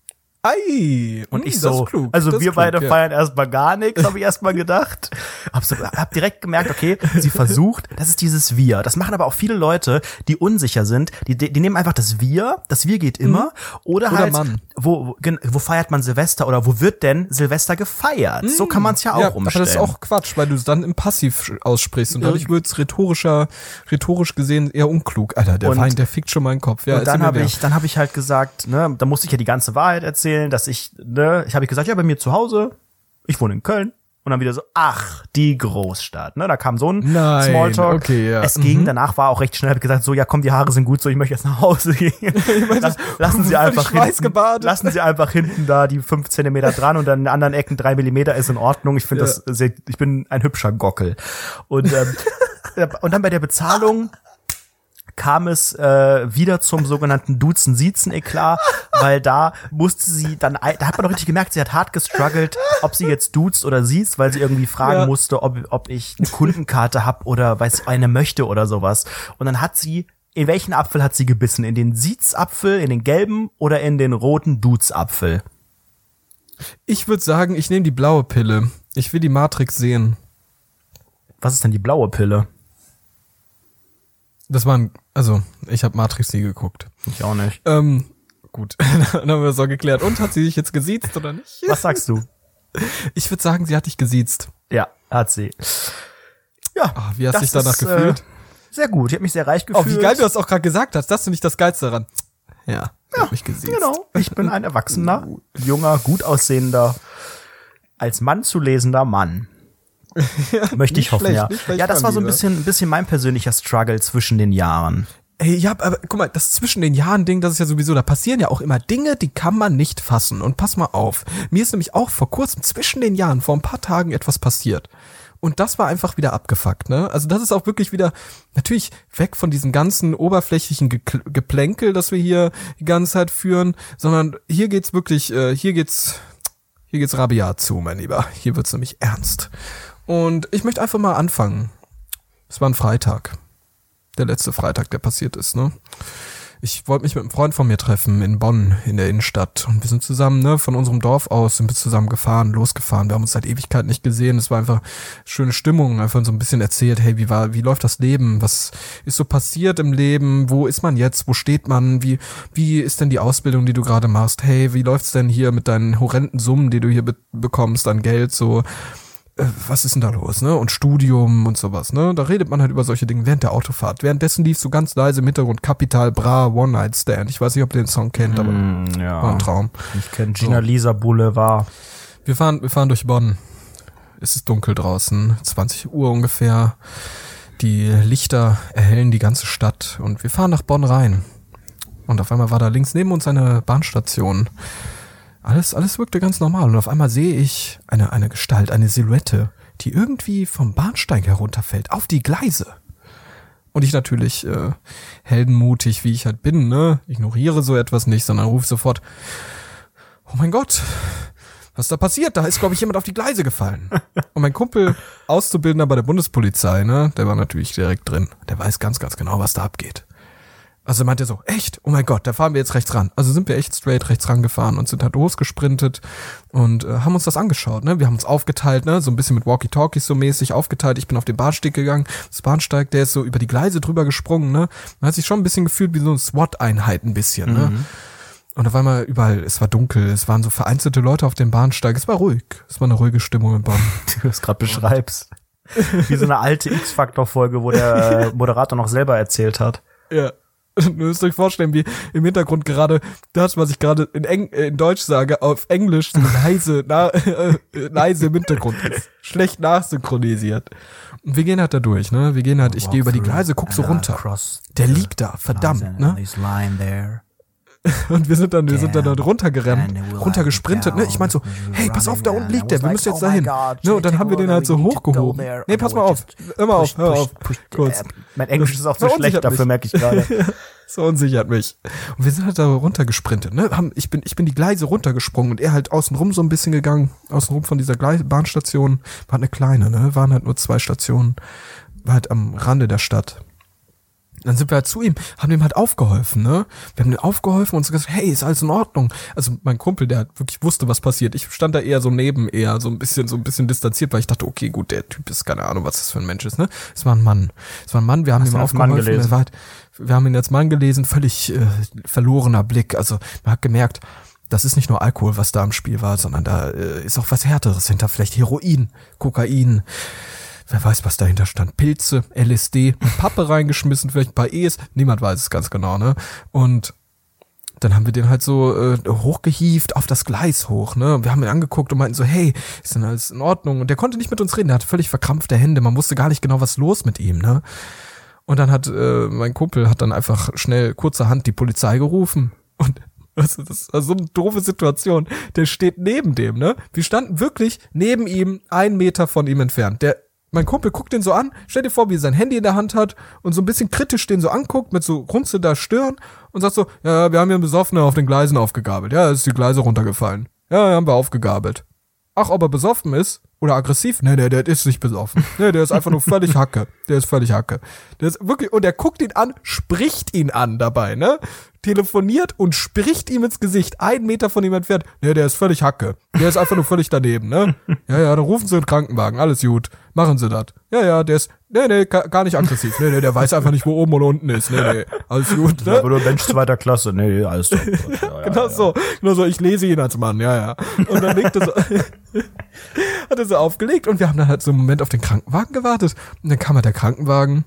Ei, und ich so, klug, also wir beide feiern erstmal gar nichts, habe ich erstmal gedacht. Hab direkt gemerkt, okay, sie versucht, das ist dieses Wir. Das machen aber auch viele Leute, die unsicher sind, die nehmen einfach das Wir geht immer, oder halt, Mann. Wo feiert man Silvester oder wo wird denn Silvester gefeiert? So kann man es ja auch umstellen. Aber das ist auch Quatsch, weil du es dann im Passiv aussprichst und dadurch wird es rhetorisch gesehen eher unklug. Alter, der Feind, der fickt schon meinen Kopf. Ja, und dann habe ich halt gesagt, ne, da musste ich ja die ganze Wahrheit erzählen, dass ich habe gesagt, ja, bei mir zu Hause, ich wohne in Köln. Und dann wieder so, ach, die Großstadt, ne? Da kam so ein Smalltalk. Okay, ja. Es ging, danach war auch recht schnell, hab ich gesagt, so, ja komm, die Haare sind gut, so, ich möchte jetzt nach Hause gehen. Lassen Sie einfach hinten da die 5 Zentimeter dran und an den anderen Ecken 3 Millimeter ist in Ordnung. Ich finde ich bin ein hübscher Gockel. Und dann bei der Bezahlung kam es wieder zum sogenannten Duzen-Siezen-Eklat, weil da musste sie dann, da hat man doch richtig gemerkt, sie hat hart gestruggelt, ob sie jetzt duzt oder siezt, weil sie irgendwie fragen musste, ob ich eine Kundenkarte hab oder weiß eine möchte oder sowas. Und dann hat sie, in welchen Apfel hat sie gebissen? In den Siezapfel, in den gelben oder in den roten Duzapfel? Ich würde sagen, ich nehme die blaue Pille. Ich will die Matrix sehen. Was ist denn die blaue Pille? Ich habe Matrix nie geguckt. Ich auch nicht. Gut, dann haben wir das auch geklärt. Und hat sie sich jetzt gesiezt oder nicht? Was sagst du? Ich würde sagen, sie hat dich gesiezt. Ja, hat sie. Ja. Oh, wie hast du dich danach gefühlt? Sehr gut, ich habe mich sehr reich gefühlt. Oh, wie geil du das auch gerade gesagt hast. Das ist nicht das Geilste daran. Ja, hat mich gesiezt. Genau. Ich bin ein erwachsener, junger, gut aussehender, als Mann zu lesender Mann. Ja, möchte ich hoffen, ja. Ja, das war so ein lieber. bisschen mein persönlicher Struggle zwischen den Jahren. Ey, ja, aber guck mal, das zwischen den Jahren Ding, das ist ja sowieso, da passieren ja auch immer Dinge, die kann man nicht fassen. Und pass mal auf, mir ist nämlich auch vor kurzem zwischen den Jahren, vor ein paar Tagen etwas passiert. Und das war einfach wieder abgefuckt, ne? Also das ist auch wirklich wieder, natürlich weg von diesem ganzen oberflächlichen Geplänkel, das wir hier die ganze Zeit führen, sondern hier geht's wirklich, hier geht's rabiat zu, mein Lieber. Hier wird's nämlich ernst. Und ich möchte einfach mal anfangen. Es war ein Freitag. Der letzte Freitag, der passiert ist, ne? Ich wollte mich mit einem Freund von mir treffen in Bonn, in der Innenstadt. Und wir sind zusammen, ne, von unserem Dorf aus sind wir zusammen losgefahren. Wir haben uns seit Ewigkeit nicht gesehen. Es war einfach schöne Stimmung, einfach so ein bisschen erzählt, hey, wie läuft das Leben? Was ist so passiert im Leben? Wo ist man jetzt? Wo steht man? Wie ist denn die Ausbildung, die du gerade machst? Hey, wie läuft's denn hier mit deinen horrenden Summen, die du hier bekommst an Geld? So, was ist denn da los, ne? Und Studium und sowas, ne? Da redet man halt über solche Dinge während der Autofahrt. Währenddessen lief so ganz leise im Hintergrund Capital Bra One Night Stand. Ich weiß nicht, ob ihr den Song kennt, aber war ein Traum. Ich kenne Gina Lisa Boulevard. Wir fahren durch Bonn. Es ist dunkel draußen, 20 Uhr ungefähr. Die Lichter erhellen die ganze Stadt und wir fahren nach Bonn rein. Und auf einmal war da links neben uns eine Bahnstation. Alles wirkte ganz normal und auf einmal sehe ich eine Gestalt, eine Silhouette, die irgendwie vom Bahnsteig herunterfällt, auf die Gleise. Und ich natürlich, heldenmutig, wie ich halt bin, ne, ignoriere so etwas nicht, sondern rufe sofort, oh mein Gott, was da passiert? Da ist, glaube ich, jemand auf die Gleise gefallen. Und mein Kumpel, Auszubildender bei der Bundespolizei, ne, der war natürlich direkt drin. Der weiß ganz, ganz genau, was da abgeht. Also meint er so, echt? Oh mein Gott, da fahren wir jetzt rechts ran. Also sind wir echt straight rechts rangefahren und sind halt losgesprintet und haben uns das angeschaut, ne? Wir haben uns aufgeteilt, ne? So ein bisschen mit Walkie-Talkies so mäßig aufgeteilt. Ich bin auf den Bahnsteig gegangen. Das Bahnsteig, der ist so über die Gleise drüber gesprungen, ne? Man hat sich schon ein bisschen gefühlt wie so eine SWAT-Einheit ein bisschen, ne? Und auf einmal überall, es war dunkel, es waren so vereinzelte Leute auf dem Bahnsteig. Es war ruhig. Es war eine ruhige Stimmung in Bonn. Du es gerade beschreibst. Wie so eine alte X-Factor-Folge, wo der Moderator noch selber erzählt hat. Ja. Du müsst euch vorstellen, wie im Hintergrund gerade das, was ich gerade in Deutsch sage, auf Englisch so leise im Hintergrund ist. Schlecht nachsynchronisiert. Und wir gehen halt da durch, ne? Wir gehen halt, ich gehe über die Gleise, guck so runter. Der liegt da, verdammt, ne? Und wir sind dann dort runtergerannt, runtergesprintet, ne? Ich meinte so, hey, pass auf, da unten liegt der, wir müssen jetzt dahin. Ne? Und dann haben wir den halt so hochgehoben. Nee, pass mal auf, hör auf, kurz. Mein Englisch ist auch so schlecht, dafür merke ich gerade. So unsichert mich. Und wir sind halt da runtergesprintet, ne? Ich bin die Gleise runtergesprungen und er halt außenrum so ein bisschen gegangen, außenrum von dieser Bahnstation. War eine kleine, ne? Waren halt nur 2 Stationen, war halt am Rande der Stadt. Dann sind wir halt zu ihm, haben ihm halt aufgeholfen, ne? Wir haben ihm aufgeholfen und so gesagt, hey, ist alles in Ordnung. Also mein Kumpel, der halt wirklich wusste, was passiert. Ich stand da eher so so ein bisschen distanziert, weil ich dachte, okay, gut, der Typ ist keine Ahnung, was das für ein Mensch ist, ne? Es war ein Mann, wir haben ihm aufgeholfen. Wir haben ihn als Mann gelesen, völlig verlorener Blick. Also man hat gemerkt, das ist nicht nur Alkohol, was da im Spiel war, sondern da ist auch was Härteres hinter, vielleicht Heroin, Kokain. Wer weiß, was dahinter stand. Pilze, LSD, Pappe reingeschmissen, vielleicht ein paar E's. Niemand weiß es ganz genau, ne? Und dann haben wir den halt so hochgehievt auf das Gleis hoch, ne? Und wir haben ihn angeguckt und meinten so, hey, ist denn alles in Ordnung? Und der konnte nicht mit uns reden, der hatte völlig verkrampfte Hände. Man wusste gar nicht genau, was los mit ihm, ne? Und dann hat mein Kumpel hat dann einfach schnell kurzerhand die Polizei gerufen. Und das war so eine doofe Situation. Der steht neben dem, ne? Wir standen wirklich neben ihm, 1 Meter von ihm entfernt. Mein Kumpel guckt den so an, stell dir vor, wie er sein Handy in der Hand hat und so ein bisschen kritisch den so anguckt mit so runzelnder Stirn und sagt so, ja, wir haben hier einen Besoffenen auf den Gleisen aufgegabelt. Ja, ist die Gleise runtergefallen. Ja, haben wir aufgegabelt. Ach, ob er besoffen ist oder aggressiv? Nee, der ist nicht besoffen. Nee, der ist einfach nur völlig Hacke. Der ist wirklich, und er guckt ihn an, spricht ihn an dabei, ne? Telefoniert und spricht ihm ins Gesicht, 1 Meter von ihm entfernt. Nee, der ist völlig Hacke. Der ist einfach nur völlig daneben, ne? Ja, dann rufen Sie einen Krankenwagen, alles gut. Machen Sie das. Ja, der ist, nee, gar nicht aggressiv. Nee, der weiß einfach nicht, wo oben und unten ist. Nee, alles gut, ne? Aber nur Mensch 2. Klasse. Nee, alles gut. Genau so, ich lese ihn als Mann, ja. Und dann hat er so aufgelegt und wir haben dann halt so einen Moment auf den Krankenwagen gewartet. Und dann kam halt der Krankenwagen.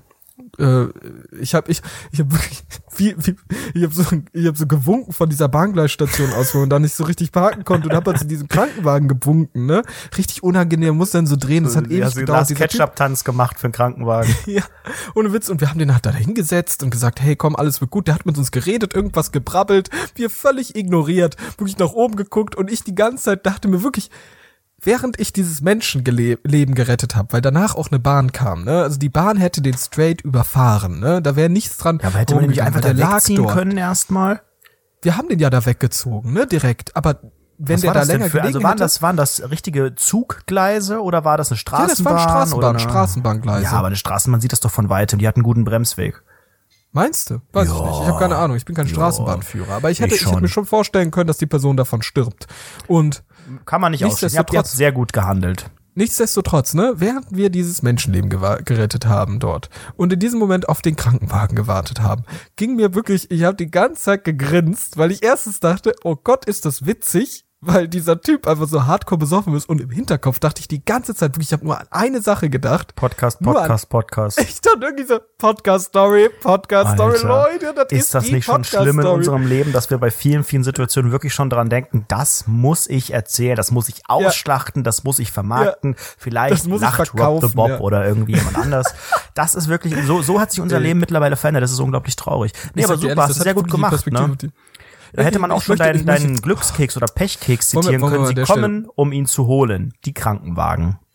Ich hab wirklich ich hab so gewunken von dieser Bahngleisstation aus, wo man da nicht so richtig parken konnte und hab halt zu diesem Krankenwagen gewunken, ne? Richtig unangenehm, muss dann so drehen, das hat ewig gedauert. Du hast Ketchup-Tanz gemacht für den Krankenwagen. Ja, ohne Witz. Und wir haben den halt da hingesetzt und gesagt, hey, komm, alles wird gut. Der hat mit uns geredet, irgendwas gebrabbelt, wir völlig ignoriert, wirklich nach oben geguckt und ich die ganze Zeit dachte mir wirklich, während ich dieses Menschenleben gerettet habe, weil danach auch eine Bahn kam, ne? Also die Bahn hätte den straight überfahren, ne? Da wäre nichts dran. Ja, aber hätte man den nicht einfach da wegziehen können erstmal? Wir haben den ja da weggezogen, ne? Direkt. Aber wenn der da länger gelegen hätte... Waren das richtige Zuggleise oder war das eine Straßenbahn? Ja, das waren Straßenbahngleise. Ja, aber eine Straßenbahn sieht das doch von weitem. Die hat einen guten Bremsweg. Meinst du? Weiß ich nicht. Ich habe keine Ahnung. Ich bin kein Straßenbahnführer. Aber ich hätte mir schon vorstellen können, dass die Person davon stirbt. Und kann man nicht ausschließen. Ihr habt sehr gut gehandelt. Nichtsdestotrotz, ne, während wir dieses Menschenleben gerettet haben dort und in diesem Moment auf den Krankenwagen gewartet haben, ging mir wirklich, ich habe die ganze Zeit gegrinst, weil ich erstens dachte, oh Gott, ist das witzig, weil dieser Typ einfach so hardcore besoffen ist und im Hinterkopf dachte ich die ganze Zeit wirklich, ich habe nur an eine Sache gedacht. Podcast. Ich dachte irgendwie so, Podcast-Story, Leute, das ist das nicht schon schlimm in unserem Leben, dass wir bei vielen, vielen Situationen wirklich schon dran denken, das muss ich erzählen, das muss ich ausschlachten, das muss ich vermarkten, vielleicht lacht Rob the Bob oder irgendwie jemand anders. Das ist wirklich, so hat sich unser Leben mittlerweile verändert, das ist unglaublich traurig. Nee, aber super, hast du sehr gut gemacht, ne? Da hätte man auch schon deinen Glückskeks oder Pechkeks zitieren können. Sie kommen, um ihn zu holen. Die Krankenwagen.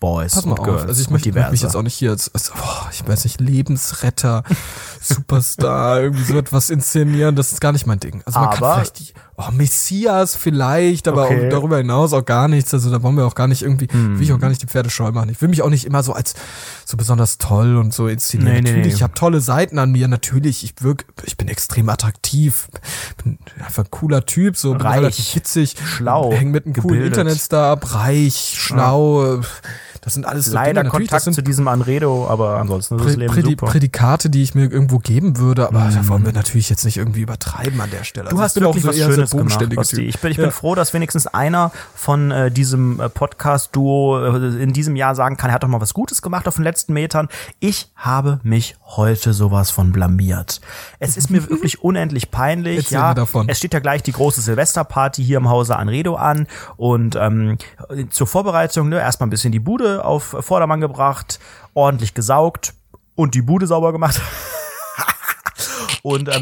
Boys Pass mal und auf, Girls also ich und möchte diverse. mich jetzt auch nicht hier ich weiß nicht, Lebensretter, Superstar, irgendwie so etwas inszenieren, das ist gar nicht mein Ding. Also man kann Aber- vielleicht Messias vielleicht, aber Okay. auch darüber hinaus auch gar nichts. Also da wollen wir auch gar nicht irgendwie, will ich auch gar nicht die Pferde scheu machen. Ich will mich auch nicht immer so als so besonders toll und so inszenieren. Nee, Natürlich, nee. ich habe tolle Seiten an mir, natürlich, ich bin extrem attraktiv, bin einfach ein cooler Typ, so bin Reich, relativ witzig, schlau, häng mit einem coolen gebildet. Internetstar ab, reich, schlau, das sind alles so Leider Dinge, natürlich, Kontakt das zu sind diesem Anredo, aber ansonsten ist das Leben super. Prädikate, die ich mir irgendwo geben würde, aber da wollen wir natürlich jetzt nicht irgendwie übertreiben an der Stelle. Du Also hast ich bin auch wirklich so was eher Schönes der gemacht, bodenständige Basti. Typ. Ich bin froh, dass wenigstens einer von diesem Podcast-Duo in diesem Jahr sagen kann, er hat doch mal was Gutes gemacht auf den letzten Metern. Ich habe mich heute sowas von blamiert. Es ist mir wirklich unendlich peinlich. Erzähl mir davon. Es steht ja gleich die große Silvesterparty hier im Hause Anredo an und zur Vorbereitung erstmal ein bisschen die Bude auf Vordermann gebracht, ordentlich gesaugt und die Bude sauber gemacht. Und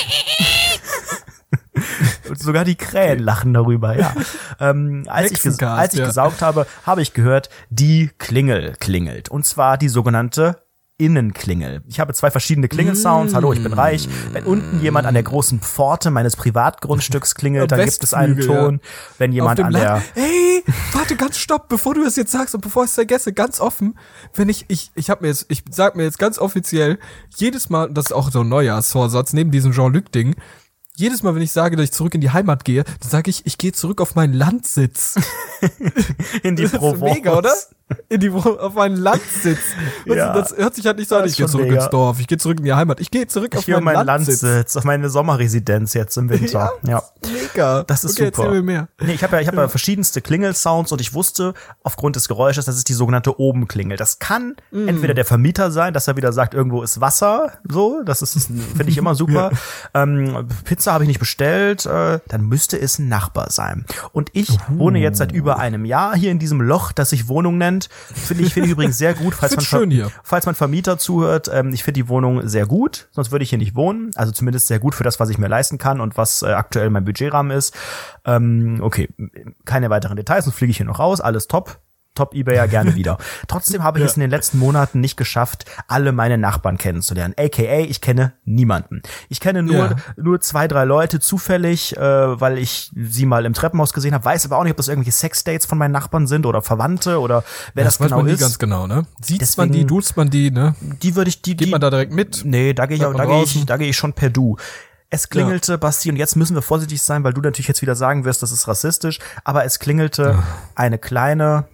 und sogar die Krähen lachen darüber, ja. Als ich Hexencast, ja. gesaugt habe, habe ich gehört, die Klingel klingelt. Und zwar die sogenannte Innenklingel. Ich habe 2 verschiedene Klingelsounds. Hallo, ich bin reich. Wenn unten jemand an der großen Pforte meines Privatgrundstücks klingelt, Am dann gibt es einen Westflügel, Ton. Wenn jemand an der... Hey, warte, ganz stopp, bevor du das jetzt sagst und bevor ich es vergesse, ganz offen, wenn ich sag mir jetzt ganz offiziell, jedes Mal, das ist auch so ein Neujahrsvorsatz, neben diesem Jean-Luc-Ding, jedes Mal, wenn ich sage, dass ich zurück in die Heimat gehe, dann sage ich gehe zurück auf meinen Landsitz. in die Das ist Provence. mega, oder? Auf meinen Landsitz. Ja. Das hört sich halt nicht so an, Das ich gehe ist schon zurück mega. ins Dorf, ich gehe zurück in die Heimat, ich gehe zurück auf Hier meinen mein Landsitz. Landsitz, auf meine Sommerresidenz jetzt im Winter. Ja. Mega. Das ist okay, super. Erzähl mir mehr. Nee, ich habe ja verschiedenste Klingelsounds und ich wusste aufgrund des Geräusches, das ist die sogenannte Obenklingel. Das kann entweder der Vermieter sein, dass er wieder sagt, irgendwo ist Wasser, so, das ist finde ich immer super. Pizza habe ich nicht bestellt, dann müsste es ein Nachbar sein. Und ich wohne jetzt seit über einem Jahr hier in diesem Loch, das sich Wohnung nennt. Finde ich übrigens sehr gut, falls Find's schön hier. mein Vermieter zuhört. Ich finde die Wohnung sehr gut, sonst würde ich hier nicht wohnen. Also zumindest sehr gut für das, was ich mir leisten kann und was aktuell mein Budgetrahmen ist. Okay, keine weiteren Details, sonst fliege ich hier noch raus. Alles top. Top eBay ja gerne wieder. Trotzdem habe ich es in den letzten Monaten nicht geschafft, alle meine Nachbarn kennenzulernen. AKA, ich kenne niemanden. Ich kenne nur 2, 3 Leute zufällig, weil ich sie mal im Treppenhaus gesehen habe, weiß aber auch nicht, ob das irgendwelche Sexdates von meinen Nachbarn sind oder Verwandte oder wer das weiß genau man nie ist. ganz genau, ne? Sieht man Deswegen- die, duzt man die, ne? Geht man da direkt mit? Nee, da gehe Bleibt man draußen? ich schon per Du. Es klingelte, Basti, und jetzt müssen wir vorsichtig sein, weil du natürlich jetzt wieder sagen wirst, das ist rassistisch, aber es klingelte eine kleine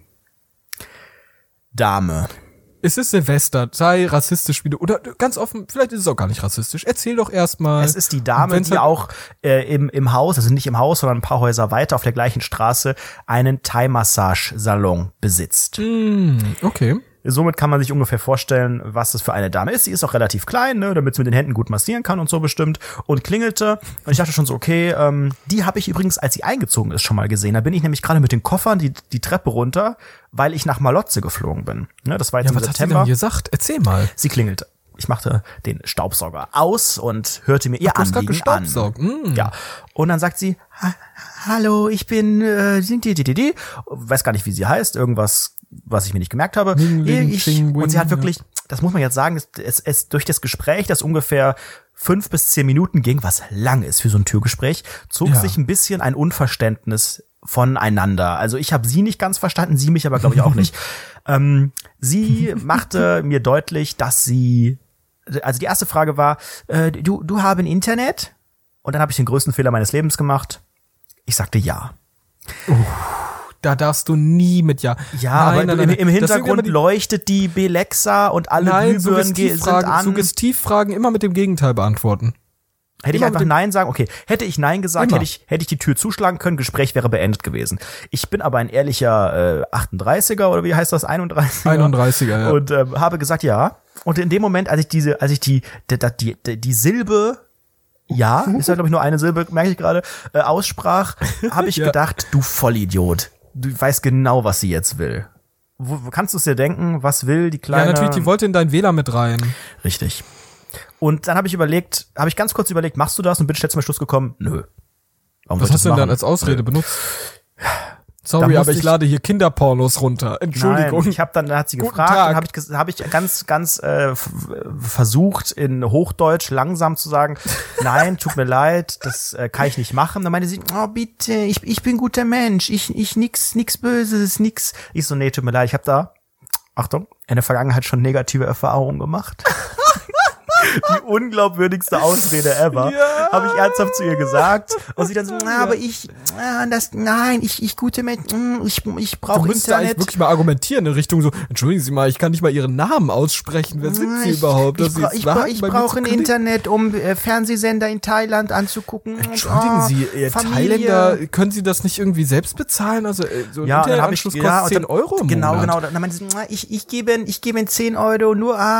Dame. Es ist Silvester, sei rassistisch wieder, oder ganz offen, vielleicht ist es auch gar nicht rassistisch. Erzähl doch erstmal. Es ist die Dame, Wenn's die halt- auch im Haus, also nicht im Haus, sondern ein paar Häuser weiter auf der gleichen Straße, einen Thai-Massage-Salon besitzt. Okay. Somit kann man sich ungefähr vorstellen, was das für eine Dame ist. Sie ist auch relativ klein, ne, damit sie mit den Händen gut massieren kann und so bestimmt. Und klingelte. Und ich dachte schon so, okay, die habe ich übrigens, als sie eingezogen ist, schon mal gesehen. Da bin ich nämlich gerade mit den Koffern die Treppe runter, weil ich nach Malotze geflogen bin. Ne, das war jetzt Ja, im was hat sie September. denn gesagt? Erzähl mal. Sie klingelte. Ich machte den Staubsauger aus und hörte mir ihr du hast grad Anliegen an. gestaubsaugt. Ja. Und dann sagt sie, hallo, ich bin, weiß gar nicht, wie sie heißt, irgendwas, was ich mir nicht gemerkt habe. Ling, Ching, Und sie hat Wing, wirklich, das muss man jetzt sagen, es durch das Gespräch, das ungefähr 5 bis 10 Minuten ging, was lang ist für so ein Türgespräch, zog Ja. sich ein bisschen ein Unverständnis voneinander. Also ich habe sie nicht ganz verstanden, sie mich aber, glaube ich, auch nicht. Sie machte mir deutlich, dass sie, also die erste Frage war, du haben Internet? Und dann habe ich den größten Fehler meines Lebens gemacht. Ich sagte ja. Da darfst du nie mit ja. Ja, Nein, aber nein, nein. im Das sind Hintergrund immer die- leuchtet die Belexa und alle Nein, Glühbirnen sind an. Suggestivfragen immer mit dem Gegenteil beantworten. Hätte ich immer einfach mit dem- Nein sagen? Okay, hätte ich Nein gesagt, Immer. hätte ich die Tür zuschlagen können, Gespräch wäre beendet gewesen. Ich bin aber ein ehrlicher 38er oder wie heißt das, 31er? 31er, ja. Und habe gesagt ja. Und in dem Moment, als ich die Silbe ja, ist ja glaube ich nur eine Silbe, merke ich gerade, aussprach, habe ich Ja. gedacht, du Vollidiot. Du weißt genau, was sie jetzt will. Wo kannst du es dir denken, was will die kleine? Ja, natürlich, die wollte in dein WLAN mit rein. Richtig. Und dann habe ich ganz kurz überlegt, machst du das? Und bin schnell zum Schluss gekommen, nö. Warum Was soll ich hast du das denn dann machen? als Ausrede benutzt? Sorry, aber ich lade hier Kinderpornos runter. Entschuldigung. Nein, dann hat sie Guten gefragt, Tag. dann habe ich ganz versucht in Hochdeutsch langsam zu sagen, nein, tut mir leid, das kann ich nicht machen. Dann meinte sie, oh bitte, ich bin guter Mensch, ich nix Böses, nix. Ich so, nee, tut mir leid, ich habe da, Achtung, in der Vergangenheit schon negative Erfahrungen gemacht. Die unglaubwürdigste Ausrede ever. Ja. Habe ich ernsthaft zu ihr gesagt. Und sie dann so, aber ich gute Mensch, ich brauche Internet. Du müsstest eigentlich wirklich mal argumentieren in Richtung so, entschuldigen Sie mal, ich kann nicht mal Ihren Namen aussprechen. Wer sind Sie überhaupt? Ich brauche ein Internet, um Fernsehsender in Thailand anzugucken. Entschuldigen Sie, Thailänder, können Sie das nicht irgendwie selbst bezahlen? Also so ein Internetanschluss kostet 10 Euro im Monat. Genau. Dann meinte sie, ich gebe 10 Euro,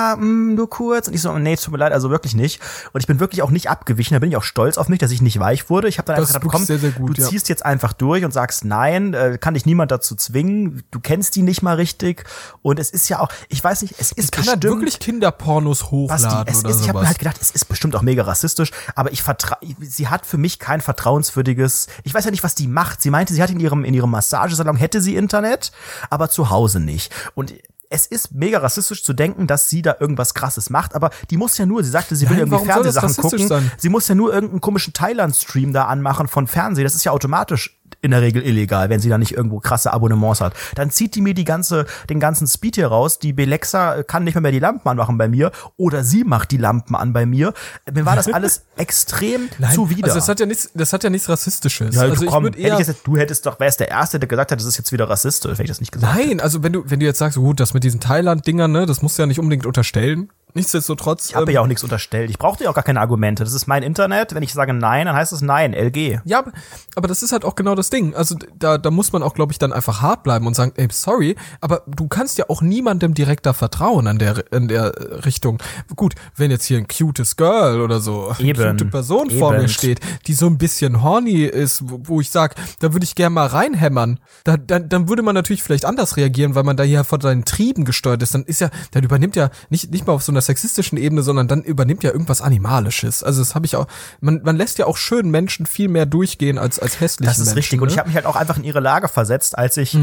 nur kurz. Und ich so, nee, tut mir leid, also wirklich nicht. Und ich bin wirklich auch nicht abgewichen, da bin ich auch stolz auf mich, dass ich nicht weich wurde. Ich habe dann einfach gesagt, komm, sehr, sehr gut, du ziehst jetzt einfach durch und sagst nein, kann dich niemand dazu zwingen, du kennst die nicht mal richtig. Und es ist ja auch, ich weiß nicht, es ist kann bestimmt... Kann wirklich Kinderpornos hochladen oder sowas. Ich habe mir halt gedacht, es ist bestimmt auch mega rassistisch, aber sie hat für mich kein vertrauenswürdiges, ich weiß ja nicht, was die macht. Sie meinte, sie hat in ihrem Massagesalon, hätte sie Internet, aber zu Hause nicht. Und es ist mega rassistisch zu denken, dass sie da irgendwas Krasses macht, aber die muss ja nur, sie sagte, sie will irgendwie Fernsehsachen gucken, sie muss ja nur irgendeinen komischen Thailand-Stream da anmachen von Fernsehen, das ist ja automatisch in der Regel illegal, wenn sie da nicht irgendwo krasse Abonnements hat. Dann zieht die mir den ganzen Speed hier raus, die Belexa kann nicht mehr die Lampen anmachen bei mir oder sie macht die Lampen an bei mir. Mir war das alles extrem zuwider. Also das hat ja nichts Rassistisches. Ja, also komm, du wärst der Erste, der gesagt hat, das ist jetzt wieder rassistisch, wenn ich das nicht gesagt hätte. Nein, also wenn du jetzt sagst, gut, das mit diesen Thailand-Dingern, ne, das musst du ja nicht unbedingt unterstellen. Nichtsdestotrotz. Ich habe ja auch nichts unterstellt. Ich brauchte ja auch gar keine Argumente. Das ist mein Internet. Wenn ich sage nein, dann heißt es nein, LG. Ja, aber das ist halt auch genau das Ding. Also da muss man auch, glaube ich, dann einfach hart bleiben und sagen, ey, sorry, aber du kannst ja auch niemandem direkt da vertrauen in der Richtung. Gut, wenn jetzt hier ein cutes Girl oder so, eine cute Person vor mir steht, die so ein bisschen horny ist, wo ich sag, da würde ich gerne mal reinhämmern, dann würde man natürlich vielleicht anders reagieren, weil man da hier von seinen Trieben gesteuert ist. Dann übernimmt ja nicht mal auf so einer sexistischen Ebene, sondern dann übernimmt ja irgendwas Animalisches. Also das habe ich auch, man lässt ja auch schönen Menschen viel mehr durchgehen als hässlichen Menschen. Das ist richtig. Ne? Und ich habe mich halt auch einfach in ihre Lage versetzt, als ich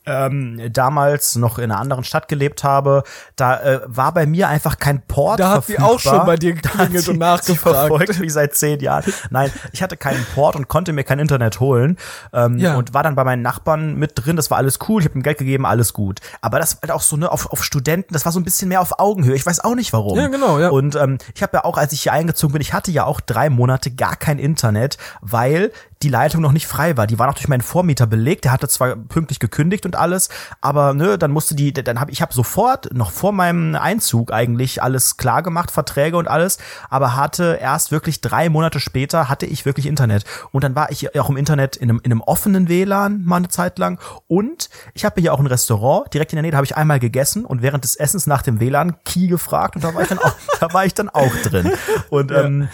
damals noch in einer anderen Stadt gelebt habe. Da war bei mir einfach kein Port da hat verfügbar. sie auch schon bei dir geklingelt und nachgefragt. Sie verfolgt mich seit 10 Jahren. Nein, ich hatte keinen Port und konnte mir kein Internet holen und war dann bei meinen Nachbarn mit drin. Das war alles cool. Ich habe ihm Geld gegeben, alles gut. Aber das halt auch so auf Studenten, das war so ein bisschen mehr auf Augenhöhe. Ich weiß auch nicht warum. Ja, genau, ja. Und ich habe ja auch, als ich hier eingezogen bin, ich hatte ja auch 3 Monate gar kein Internet, weil die Leitung noch nicht frei war. Die war noch durch meinen Vormieter belegt. Der hatte zwar pünktlich gekündigt und alles, aber dann musste ich habe sofort noch vor meinem Einzug eigentlich alles klar gemacht, Verträge und alles, aber hatte erst wirklich 3 Monate später hatte ich wirklich Internet. Und dann war ich auch im Internet in einem offenen WLAN mal eine Zeit lang. Und ich habe hier auch ein Restaurant direkt in der Nähe. Da habe ich einmal gegessen und während des Essens nach dem WLAN-Key gefragt und da war ich dann auch drin. Und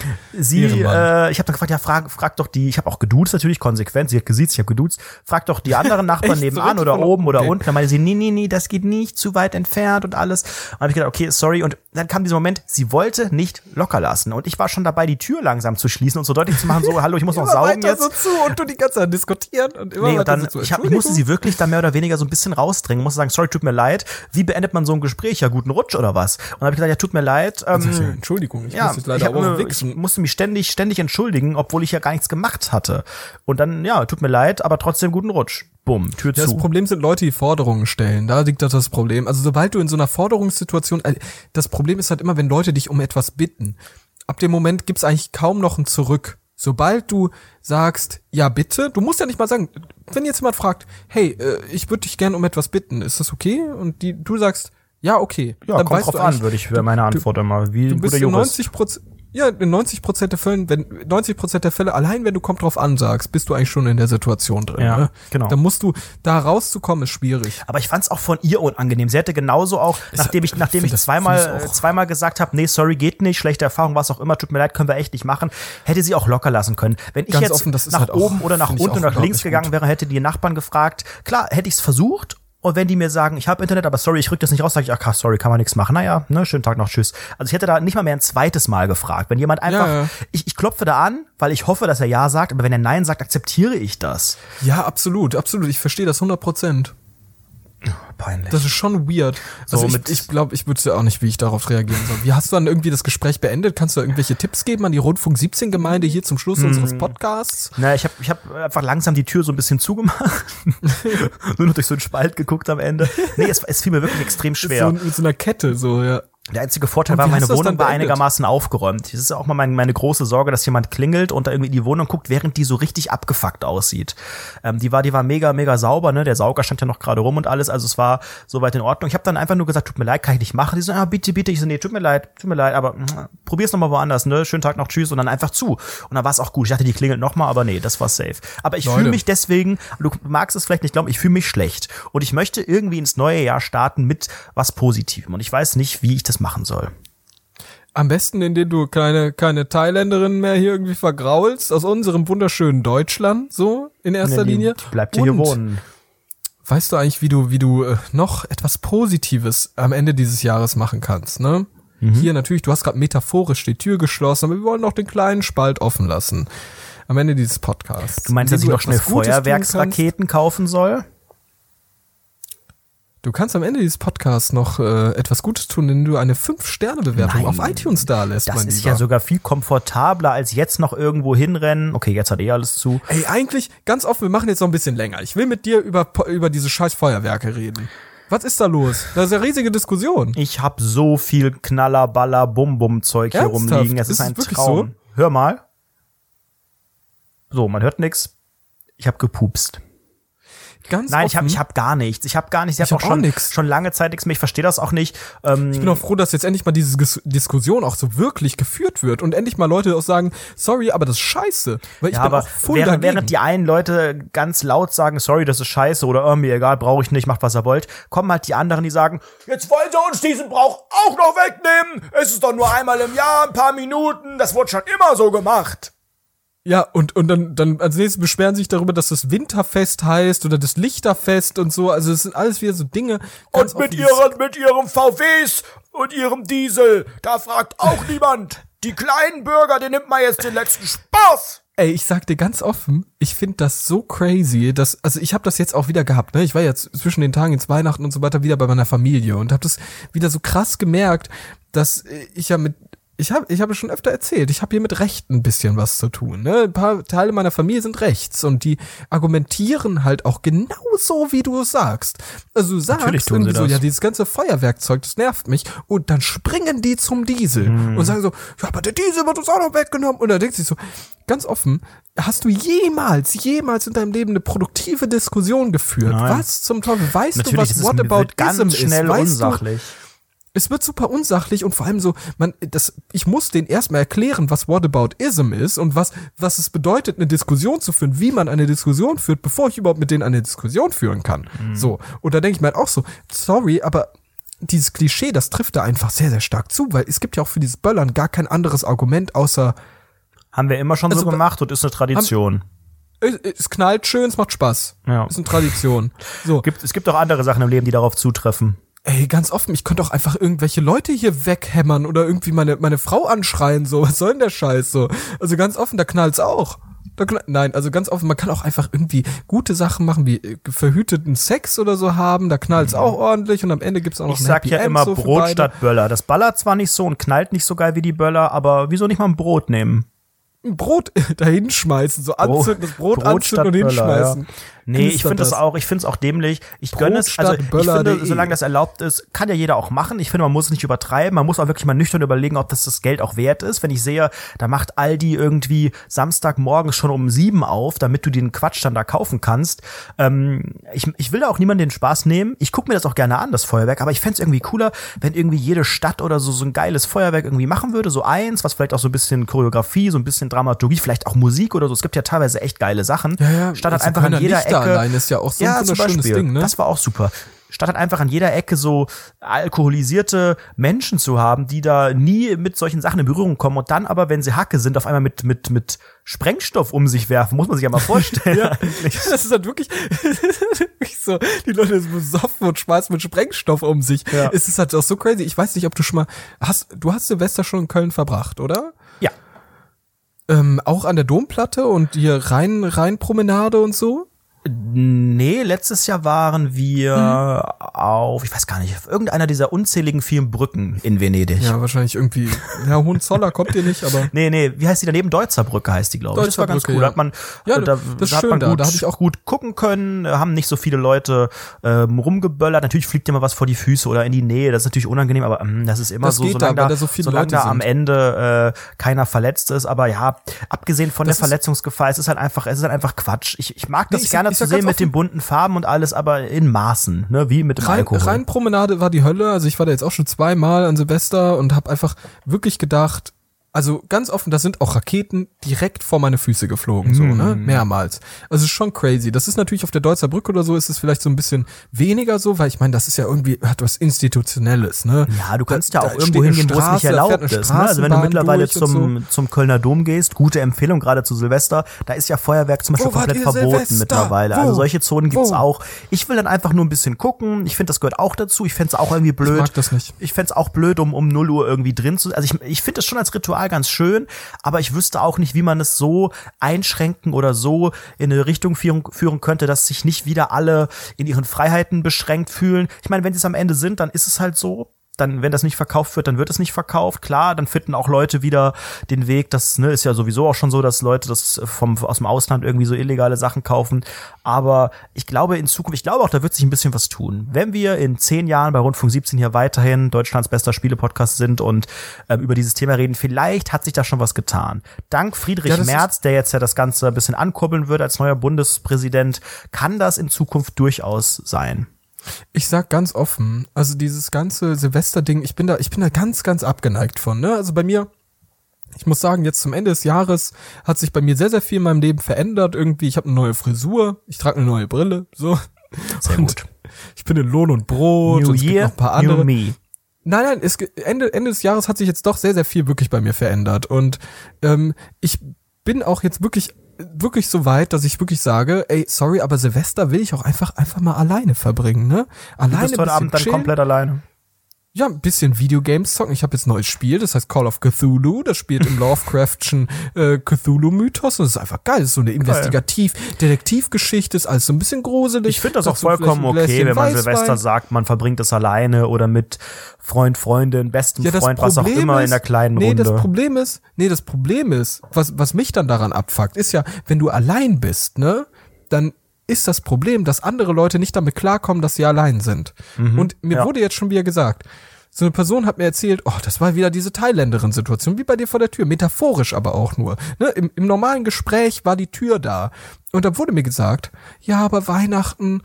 ich habe dann gefragt, ja, frag doch die, ich habe auch geduzt natürlich konsequent, sie hat gesiezt, ich habe geduzt, frag doch die anderen Nachbarn nebenan oder oben oder unten. Dann meinte sie, nee, das geht nicht, zu weit entfernt und alles. Und dann habe ich gedacht, okay, sorry. Und dann kam dieser Moment, sie wollte nicht locker lassen. Und ich war schon dabei, die Tür langsam zu schließen und so deutlich zu machen, so, hallo, ich muss noch saugen jetzt. So zu und du die ganze Zeit diskutieren und immer und dann, ich musste sie wirklich dann mehr oder weniger so ein bisschen rausdrängen, musste sagen, sorry, tut mir leid. Wie beendet man so ein Gespräch? Ja, guten Rutsch oder was? Und dann habe ich gesagt, ja, tut mir leid. Entschuldigung, ich muss jetzt leider auch wichsen. Ich musste mich ständig entschuldigen, obwohl ich ja gar nichts gemacht hatte. Und dann, ja, tut mir leid, aber trotzdem guten Rutsch. Bumm, Tür zu. Das Problem sind Leute, die Forderungen stellen. Da liegt das Problem. Also sobald du in so einer Forderungssituation, das Problem ist halt immer, wenn Leute dich um etwas bitten. Ab dem Moment gibt's eigentlich kaum noch ein Zurück. Sobald du sagst, ja bitte, du musst ja nicht mal sagen, wenn jetzt jemand fragt, hey, ich würde dich gerne um etwas bitten, ist das okay? Und du sagst, ja, okay. Ja, dann kommt drauf an, würde ich für meine Antwort immer. Wie du bist in 90%, ja, in 90% der Fällen, 90% der Fälle, allein wenn du kommt drauf an sagst, bist du eigentlich schon in der Situation drin. Ja, ne? Genau. Da musst du, da rauszukommen, ist schwierig. Aber ich fand's auch von ihr unangenehm. Sie hätte genauso auch, nachdem ich zweimal gesagt habe, nee, sorry, geht nicht, schlechte Erfahrung, was auch immer, tut mir leid, können wir echt nicht machen, hätte sie auch locker lassen können. Wenn ich jetzt nach oben oder nach unten oder nach links gegangen wäre, hätte die Nachbarn gefragt, klar, hätte ich's versucht. Und wenn die mir sagen, ich habe Internet, aber sorry, ich rück das nicht raus, sage ich, ach sorry, kann man nichts machen. Naja, ne, schönen Tag noch, tschüss. Also ich hätte da nicht mal mehr ein zweites Mal gefragt. Wenn jemand einfach, Ich klopfe da an, weil ich hoffe, dass er ja sagt, aber wenn er nein sagt, akzeptiere ich das. Ja, absolut. Ich verstehe das 100%. Peinlich. Das ist schon weird. Also ich glaube, ich wüsste auch nicht, wie ich darauf reagieren soll. Wie hast du dann irgendwie das Gespräch beendet? Kannst du irgendwelche Tipps geben an die Rundfunk 17 Gemeinde hier zum Schluss unseres Podcasts? Na, ich hab einfach langsam die Tür so ein bisschen zugemacht. Nur noch durch so einen Spalt geguckt am Ende. Nee, es fiel mir wirklich extrem schwer. Mit so einer Kette, so, ja. Der einzige Vorteil war, meine Wohnung war einigermaßen aufgeräumt. Das ist auch mal meine große Sorge, dass jemand klingelt und da irgendwie in die Wohnung guckt, während die so richtig abgefuckt aussieht. Die war mega, mega sauber, ne? Der Sauger stand ja noch gerade rum und alles, also es war soweit in Ordnung. Ich habe dann einfach nur gesagt, tut mir leid, kann ich nicht machen. Die so, bitte. Ich so, nee, tut mir leid, aber probier's nochmal woanders, ne? Schönen Tag noch, tschüss und dann einfach zu. Und dann war es auch gut. Ich dachte, die klingelt nochmal, aber nee, das war safe. Aber ich fühle mich deswegen, du magst es vielleicht nicht glauben, ich fühle mich schlecht. Und ich möchte irgendwie ins neue Jahr starten mit was Positivem. Und ich weiß nicht, wie ich das machen soll. Am besten, indem du keine Thailänderin mehr hier irgendwie vergraulst, aus unserem wunderschönen Deutschland, so, in erster Linie. Bleibt hier wohnen. Weißt du eigentlich, wie du noch etwas Positives am Ende dieses Jahres machen kannst, ne? Hier natürlich, du hast gerade metaphorisch die Tür geschlossen, aber wir wollen noch den kleinen Spalt offen lassen. Am Ende dieses Podcasts. Du meinst, dass ich noch schnell Feuerwerksraketen kaufen soll? Du kannst am Ende dieses Podcasts noch etwas Gutes tun, indem du eine 5-Sterne-Bewertung auf iTunes da lässt, mein Lieber. Das ist ja sogar viel komfortabler, als jetzt noch irgendwo hinrennen. Okay, jetzt hat alles zu. Ey, eigentlich, ganz offen, wir machen jetzt noch ein bisschen länger. Ich will mit dir über diese scheiß Feuerwerke reden. Was ist da los? Das ist eine riesige Diskussion. Ich hab so viel Knaller, Baller, Bum-Bum-Zeug hier rumliegen. Es ist ein Traum. So? Hör mal. So, man hört nix. Ich hab gepupst. Nein, ich hab gar nichts. Ich hab auch schon lange Zeit nichts mehr. Ich verstehe das auch nicht. Ich bin auch froh, dass jetzt endlich mal diese Diskussion auch so wirklich geführt wird und endlich mal Leute auch sagen, sorry, aber das ist scheiße. Weil ich bin auch voll dagegen. Während die einen Leute ganz laut sagen, sorry, das ist scheiße oder mir egal, brauche ich nicht, macht was ihr wollt, kommen halt die anderen, die sagen, jetzt wollen sie uns diesen Brauch auch noch wegnehmen. Es ist doch nur einmal im Jahr, ein paar Minuten, das wurde schon immer so gemacht. Ja, und dann als nächstes beschweren sich darüber, dass das Winterfest heißt oder das Lichterfest und so. Also es sind alles wieder so Dinge. Und mit ihren VWs und ihrem Diesel, da fragt auch niemand. Die kleinen Bürger, denen nimmt man jetzt den letzten Spaß. Ey, ich sag dir ganz offen, ich finde das so crazy, also ich habe das jetzt auch wieder gehabt, ne? Ich war jetzt zwischen den Tagen jetzt Weihnachten und so weiter wieder bei meiner Familie und habe das wieder so krass gemerkt, dass ich habe schon öfter erzählt, ich habe hier mit Rechten ein bisschen was zu tun. Ne? Ein paar Teile meiner Familie sind rechts und die argumentieren halt auch genauso, wie du es sagst. Also du sagst irgendwie so, ja, dieses ganze Feuerwerkzeug, das nervt mich. Und dann springen die zum Diesel und sagen so, ja, aber der Diesel wird uns auch noch weggenommen. Und da denkt sich so, ganz offen, hast du jemals in deinem Leben eine produktive Diskussion geführt? Nein. Was zum Teufel? Weißt natürlich, du, was Whataboutism ist? Schnell unsachlich. Es wird super unsachlich und vor allem so, ich muss denen erstmal erklären, was Whataboutism ist und was es bedeutet, eine Diskussion zu führen, wie man eine Diskussion führt, bevor ich überhaupt mit denen eine Diskussion führen kann. So. Und da denke ich mir halt auch so, sorry, aber dieses Klischee, das trifft da einfach sehr, sehr stark zu, weil es gibt ja auch für dieses Böllern gar kein anderes Argument außer. Haben wir immer schon so gemacht und ist eine Tradition. Es knallt schön, es macht Spaß. Ja. Ist eine Tradition. So. Es gibt auch andere Sachen im Leben, die darauf zutreffen. Ey, ganz offen, ich könnte auch einfach irgendwelche Leute hier weghämmern oder irgendwie meine Frau anschreien, so. Was soll denn der Scheiß, so? Also ganz offen, da knallt's auch. Nein, also ganz offen, man kann auch einfach irgendwie gute Sachen machen, wie verhüteten Sex oder so haben, da knallt's auch ordentlich und am Ende gibt's auch noch ein Happy End. Ich sag ja immer so Brot statt Böller. Das ballert zwar nicht so und knallt nicht so geil wie die Böller, aber wieso nicht mal ein Brot nehmen? Ein Brot dahin schmeißen, so anzünden, das Brot anzünden und hinschmeißen. Ja. Nee, ich finde es auch dämlich. Ich gönne es, also ich finde, solange das erlaubt ist, kann ja jeder auch machen. Ich finde, man muss es nicht übertreiben. Man muss auch wirklich mal nüchtern überlegen, ob das Geld auch wert ist. Wenn ich sehe, da macht Aldi irgendwie Samstagmorgens schon um 7 auf, damit du den Quatsch dann da kaufen kannst. Ich will da auch niemanden den Spaß nehmen. Ich gucke mir das auch gerne an, das Feuerwerk, aber ich fände es irgendwie cooler, wenn irgendwie jede Stadt oder so ein geiles Feuerwerk irgendwie machen würde. So eins, was vielleicht auch so ein bisschen Choreografie, so ein bisschen Dramaturgie, vielleicht auch Musik oder so. Es gibt ja teilweise echt geile Sachen. Ja, statt halt einfach an jeder Ecke. Allein ist ja auch so ein wunderschönes Ding, ne? Das war auch super. statt halt einfach an jeder Ecke so alkoholisierte Menschen zu haben, die da nie mit solchen Sachen in Berührung kommen und dann aber, wenn sie Hacke sind, auf einmal mit Sprengstoff um sich werfen, muss man sich ja mal vorstellen. Ja, das ist halt wirklich so, die Leute sind besoffen und schmeißen mit Sprengstoff um sich. Ja. Es ist halt auch so crazy. Ich weiß nicht, ob du schon mal du hast Silvester schon in Köln verbracht, oder? Ja. Auch an der Domplatte und hier Rheinpromenade und so? Nee, letztes Jahr waren wir auf, ich weiß gar nicht, auf irgendeiner dieser unzähligen vielen Brücken in Venedig. Ja, wahrscheinlich irgendwie, ja, Hohenzoller kommt ihr nicht, aber. Nee, wie heißt die daneben? Deutzer Brücke heißt die, glaube ich. Das war ganz cool. Ja. Da hat man, Ja, da das ist hat schön man da. gut, Da hab ich auch gut gucken können, haben nicht so viele Leute rumgeböllert. Natürlich fliegt dir mal was vor die Füße oder in die Nähe. Das ist natürlich unangenehm, aber das ist immer das so, geht solange da, weil da so viele solange Leute da sind. am Ende keiner verletzt ist. Aber ja, abgesehen von Das der Verletzungsgefahr, es ist halt einfach Quatsch. Ich mag das ich gerne sag zu ganz sehen mit offen, den bunten Farben und alles, aber in Maßen, ne, wie mit dem Alkohol. Rheinpromenade war die Hölle, also ich war da jetzt auch schon 2-mal an Silvester und habe einfach wirklich gedacht, also ganz offen, da sind auch Raketen direkt vor meine Füße geflogen, so, ne, mehrmals. Also ist schon crazy. Das ist natürlich auf der Deutzer Brücke oder so, ist es vielleicht so ein bisschen weniger so, weil ich meine, das ist ja irgendwie, hat was Institutionelles, ne. Ja, du kannst ja auch da irgendwo steht eine hingehen, wo es nicht Straße, da erlaubt fährt eine ist, ne? Also wenn du Straßenbahn mittlerweile durch und zum Kölner Dom gehst, gute Empfehlung, gerade zu Silvester, da ist ja Feuerwerk zum Beispiel Wo wart komplett ihr verboten Silvester? mittlerweile. Wo? Also solche Zonen gibt's Wo? auch. Ich will dann einfach nur ein bisschen gucken. Ich finde, das gehört auch dazu. Ich fände es auch irgendwie blöd. Ich mag das nicht. Ich fände es auch blöd, um 0 Uhr irgendwie drin zu. Also ich finde das schon als Ritual ganz schön, aber ich wüsste auch nicht, wie man es so einschränken oder so in eine Richtung führen könnte, dass sich nicht wieder alle in ihren Freiheiten beschränkt fühlen. Ich meine, wenn sie es am Ende sind, dann ist es halt so. Dann, wenn das nicht verkauft wird, dann wird es nicht verkauft. Klar, dann finden auch Leute wieder den Weg. Das ist ja sowieso auch schon so, dass Leute das aus dem Ausland irgendwie so illegale Sachen kaufen. Aber ich glaube in Zukunft, auch, da wird sich ein bisschen was tun. Wenn wir in 10 Jahren bei Rundfunk 17 hier weiterhin Deutschlands bester Spiele-Podcast sind und über dieses Thema reden, vielleicht hat sich da schon was getan. Dank Friedrich Merz, der jetzt ja das Ganze ein bisschen ankurbeln wird als neuer Bundespräsident, kann das in Zukunft durchaus sein. Ich sag ganz offen, also dieses ganze Silvester-Ding, ich bin da ganz, ganz abgeneigt von, ne? Also bei mir, ich muss sagen, jetzt zum Ende des Jahres hat sich bei mir sehr, sehr viel in meinem Leben verändert. Irgendwie, ich habe eine neue Frisur, ich trage eine neue Brille, so. Sehr gut. Ich bin in Lohn und Brot New und es gibt Year, noch ein paar andere. New Me. Nein, Ende des Jahres hat sich jetzt doch sehr, sehr viel wirklich bei mir verändert. Und ich bin auch jetzt wirklich so weit, dass ich wirklich sage, ey, sorry, aber Silvester will ich auch einfach mal alleine verbringen, ne? Alleine. Du bist heute Abend dann chillen. komplett alleine. Ja, ein bisschen Videogames zocken. Ich habe jetzt ein neues Spiel, das heißt Call of Cthulhu. Das spielt im Lovecraftschen Cthulhu-Mythos. Und das ist einfach geil. Das ist so eine Detektivgeschichte, ist alles so ein bisschen gruselig. Ich finde das auch Dazu vollkommen vielleicht ein okay, Gläschen wenn man Weißwein. Silvester sagt, man verbringt es alleine oder mit Freund, Freundin, besten Ja, das Freund, was auch Problem immer ist, in der kleinen Runde. Das Problem ist, was mich dann daran abfuckt, ist ja, wenn du allein bist, ne, dann ist das Problem, dass andere Leute nicht damit klarkommen, dass sie allein sind. Und mir wurde jetzt schon wieder gesagt, so eine Person hat mir erzählt, oh, das war wieder diese Thailänderin-Situation, wie bei dir vor der Tür, metaphorisch aber auch nur. Ne? Im normalen Gespräch war die Tür da. Und dann wurde mir gesagt, ja, aber Weihnachten,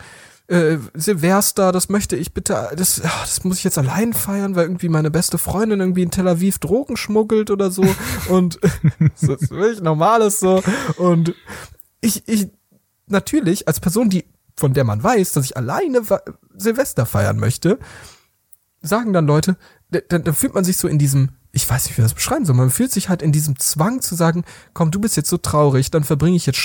Silvester, das möchte ich bitte, das muss ich jetzt allein feiern, weil irgendwie meine beste Freundin irgendwie in Tel Aviv Drogen schmuggelt oder so. Und das ist wirklich Normales so. Und ich natürlich, als Person, von der man weiß, dass ich alleine Silvester feiern möchte, sagen dann Leute, dann fühlt man sich so in diesem, ich weiß nicht, wie man das beschreiben soll, man fühlt sich halt in diesem Zwang zu sagen, komm, du bist jetzt so traurig, dann verbringe ich jetzt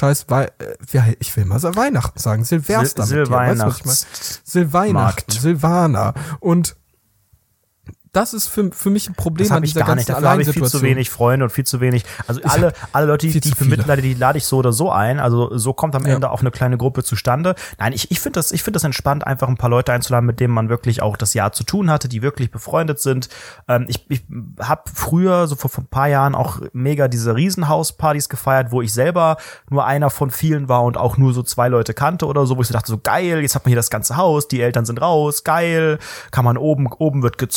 ich will mal Weihnachten sagen, Silvester mit dir, weißt du, was ich meine? Silweihnachten, Silvaner. Und das ist für mich ein Problem das an dieser ganzen Dafür habe ich viel Alleinsituation. zu wenig Freunde und viel zu wenig. Also alle Leute, die ich bemitleide, die lade ich so oder so ein. Also so kommt am Ende auch eine kleine Gruppe zustande. Nein, ich finde das entspannt, einfach ein paar Leute einzuladen, mit denen man wirklich auch das Jahr zu tun hatte, die wirklich befreundet sind. Ich habe früher, so vor ein paar Jahren, auch mega diese Riesenhauspartys gefeiert, wo ich selber nur einer von vielen war und auch nur so 2 Leute kannte oder so, wo ich so dachte, so geil, jetzt hat man hier das ganze Haus, die Eltern sind raus, geil, kann man oben wird gezockt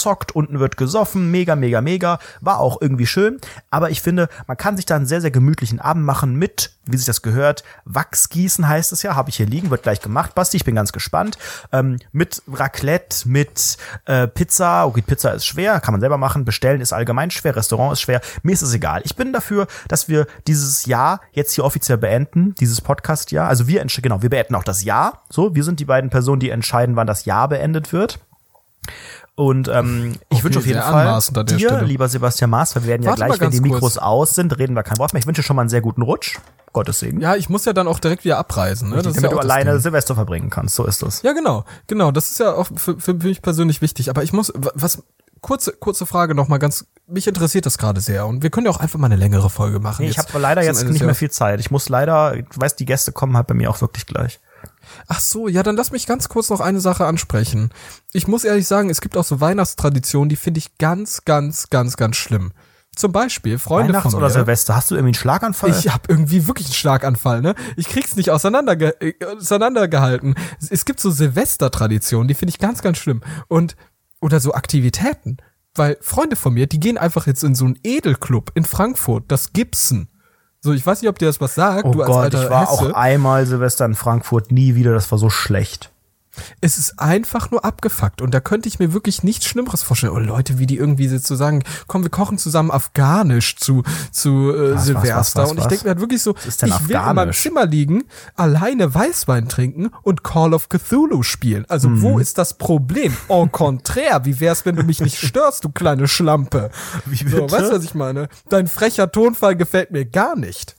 unten wird gesoffen, mega, mega, mega, war auch irgendwie schön, aber ich finde, man kann sich da einen sehr, sehr gemütlichen Abend machen mit, wie sich das gehört, Wachsgießen heißt es ja, habe ich hier liegen, wird gleich gemacht, Basti, ich bin ganz gespannt, mit Raclette, mit Pizza, okay, Pizza ist schwer, kann man selber machen, bestellen ist allgemein schwer, Restaurant ist schwer, mir ist es egal. Ich bin dafür, dass wir dieses Jahr jetzt hier offiziell beenden, dieses Podcast-Jahr, also wir beenden auch das Jahr, so, wir sind die beiden Personen, die entscheiden, wann das Jahr beendet wird. Und ich wünsche auf jeden Fall dir, Stelle. Lieber Sebastian Maas, weil wir werden ja gleich, wenn die Mikros aus sind, reden wir kein Wort mehr. Ich wünsche schon mal einen sehr guten Rutsch. Gottes Segen. Ja, ich muss ja dann auch direkt wieder abreisen. Ne? Damit du alleine Silvester verbringen kannst, so ist das. Ja, genau. Das ist ja auch für mich persönlich wichtig. Aber ich muss, kurze Frage noch mal ganz, mich interessiert das gerade sehr. Und wir können ja auch einfach mal eine längere Folge machen. Nee, ich habe leider jetzt nicht mehr viel Zeit. Ich muss leider, du weißt, die Gäste kommen halt bei mir auch wirklich gleich. Ach so, ja, dann lass mich ganz kurz noch eine Sache ansprechen. Ich muss ehrlich sagen, es gibt auch so Weihnachtstraditionen, die finde ich ganz, ganz, ganz, ganz schlimm. Zum Beispiel, Freunde von mir. Oder Silvester, hast du irgendwie einen Schlaganfall? Ich habe irgendwie wirklich einen Schlaganfall, ne? Ich krieg's nicht auseinandergehalten. Es gibt so Silvestertraditionen, die finde ich ganz, ganz schlimm. Oder so Aktivitäten. Weil Freunde von mir, die gehen einfach jetzt in so einen Edelclub in Frankfurt, das Gibson. So, ich weiß nicht, ob dir das was sagt. Oh du als Gott, alter ich war Hesse. auch einmal Silvester in Frankfurt, nie wieder, das war so schlecht. Es ist einfach nur abgefuckt und da könnte ich mir wirklich nichts Schlimmeres vorstellen. Oder Leute, wie die irgendwie so sagen, komm, wir kochen zusammen Afghanisch zu Silvester. Und ich denke mir halt wirklich so, ich will in meinem Zimmer liegen, alleine Weißwein trinken und Call of Cthulhu spielen. Also wo ist das Problem? Au contraire, wie wär's, wenn du mich nicht störst, du kleine Schlampe? Wie bitte? So, weißt du, was ich meine? Dein frecher Tonfall gefällt mir gar nicht.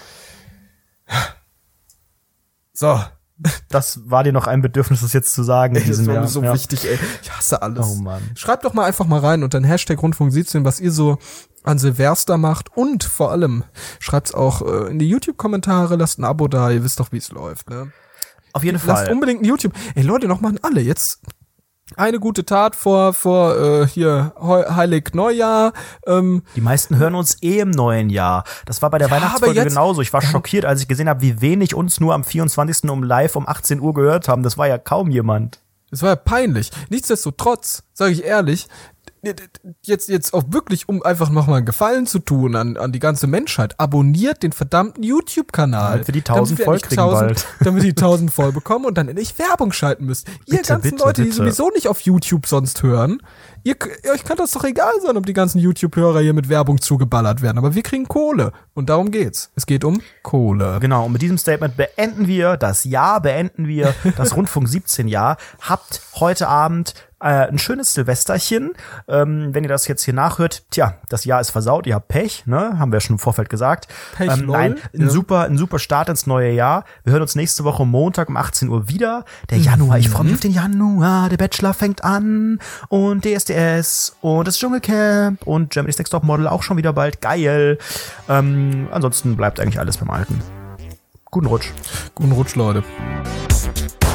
So. Das war dir noch ein Bedürfnis, das jetzt zu sagen. Das war mir so wichtig, ey. Ich hasse alles. Oh Mann. Schreibt doch mal einfach mal rein und dann Hashtag Rundfunk 17, was ihr so an Silvester macht und vor allem schreibt's auch in die YouTube-Kommentare, lasst ein Abo da, ihr wisst doch, wie es läuft, ne? Auf jeden Fall. Lasst unbedingt ein YouTube. Ey Leute, noch machen alle jetzt eine gute Tat vor hier Heilig Neujahr. Die meisten hören uns im neuen Jahr. Das war bei der Weihnachtsfolge genauso. Ich war schockiert, als ich gesehen habe, wie wenig uns nur am 24. live um 18 Uhr gehört haben. Das war ja kaum jemand. Das war ja peinlich. Nichtsdestotrotz, sage ich ehrlich, jetzt auch wirklich, um einfach nochmal einen Gefallen zu tun an die ganze Menschheit, abonniert den verdammten YouTube-Kanal. Damit wir die 1000 voll kriegen bald. Damit wir die 1000 voll bekommen und dann endlich Werbung schalten müsst. Ihr ganzen Leute, die sowieso nicht auf YouTube sonst hören, euch kann das doch egal sein, ob die ganzen YouTube-Hörer hier mit Werbung zugeballert werden. Aber wir kriegen Kohle. Und darum geht's. Es geht um Kohle. Genau, und mit diesem Statement beenden wir das Rundfunk 17 Jahr. Habt heute Abend ein schönes Silvesterchen. Wenn ihr das jetzt hier nachhört, das Jahr ist versaut, ihr habt Pech, ne? Haben wir ja schon im Vorfeld gesagt. Pech, nein, ein super Start ins neue Jahr. Wir hören uns nächste Woche Montag um 18 Uhr wieder. Der Januar, ich freue mich auf den Januar. Der Bachelor fängt an und DSDS und das Dschungelcamp und Germany's Next Top Model auch schon wieder bald. Geil. Ansonsten bleibt eigentlich alles beim Alten. Guten Rutsch. Guten Rutsch, Leute.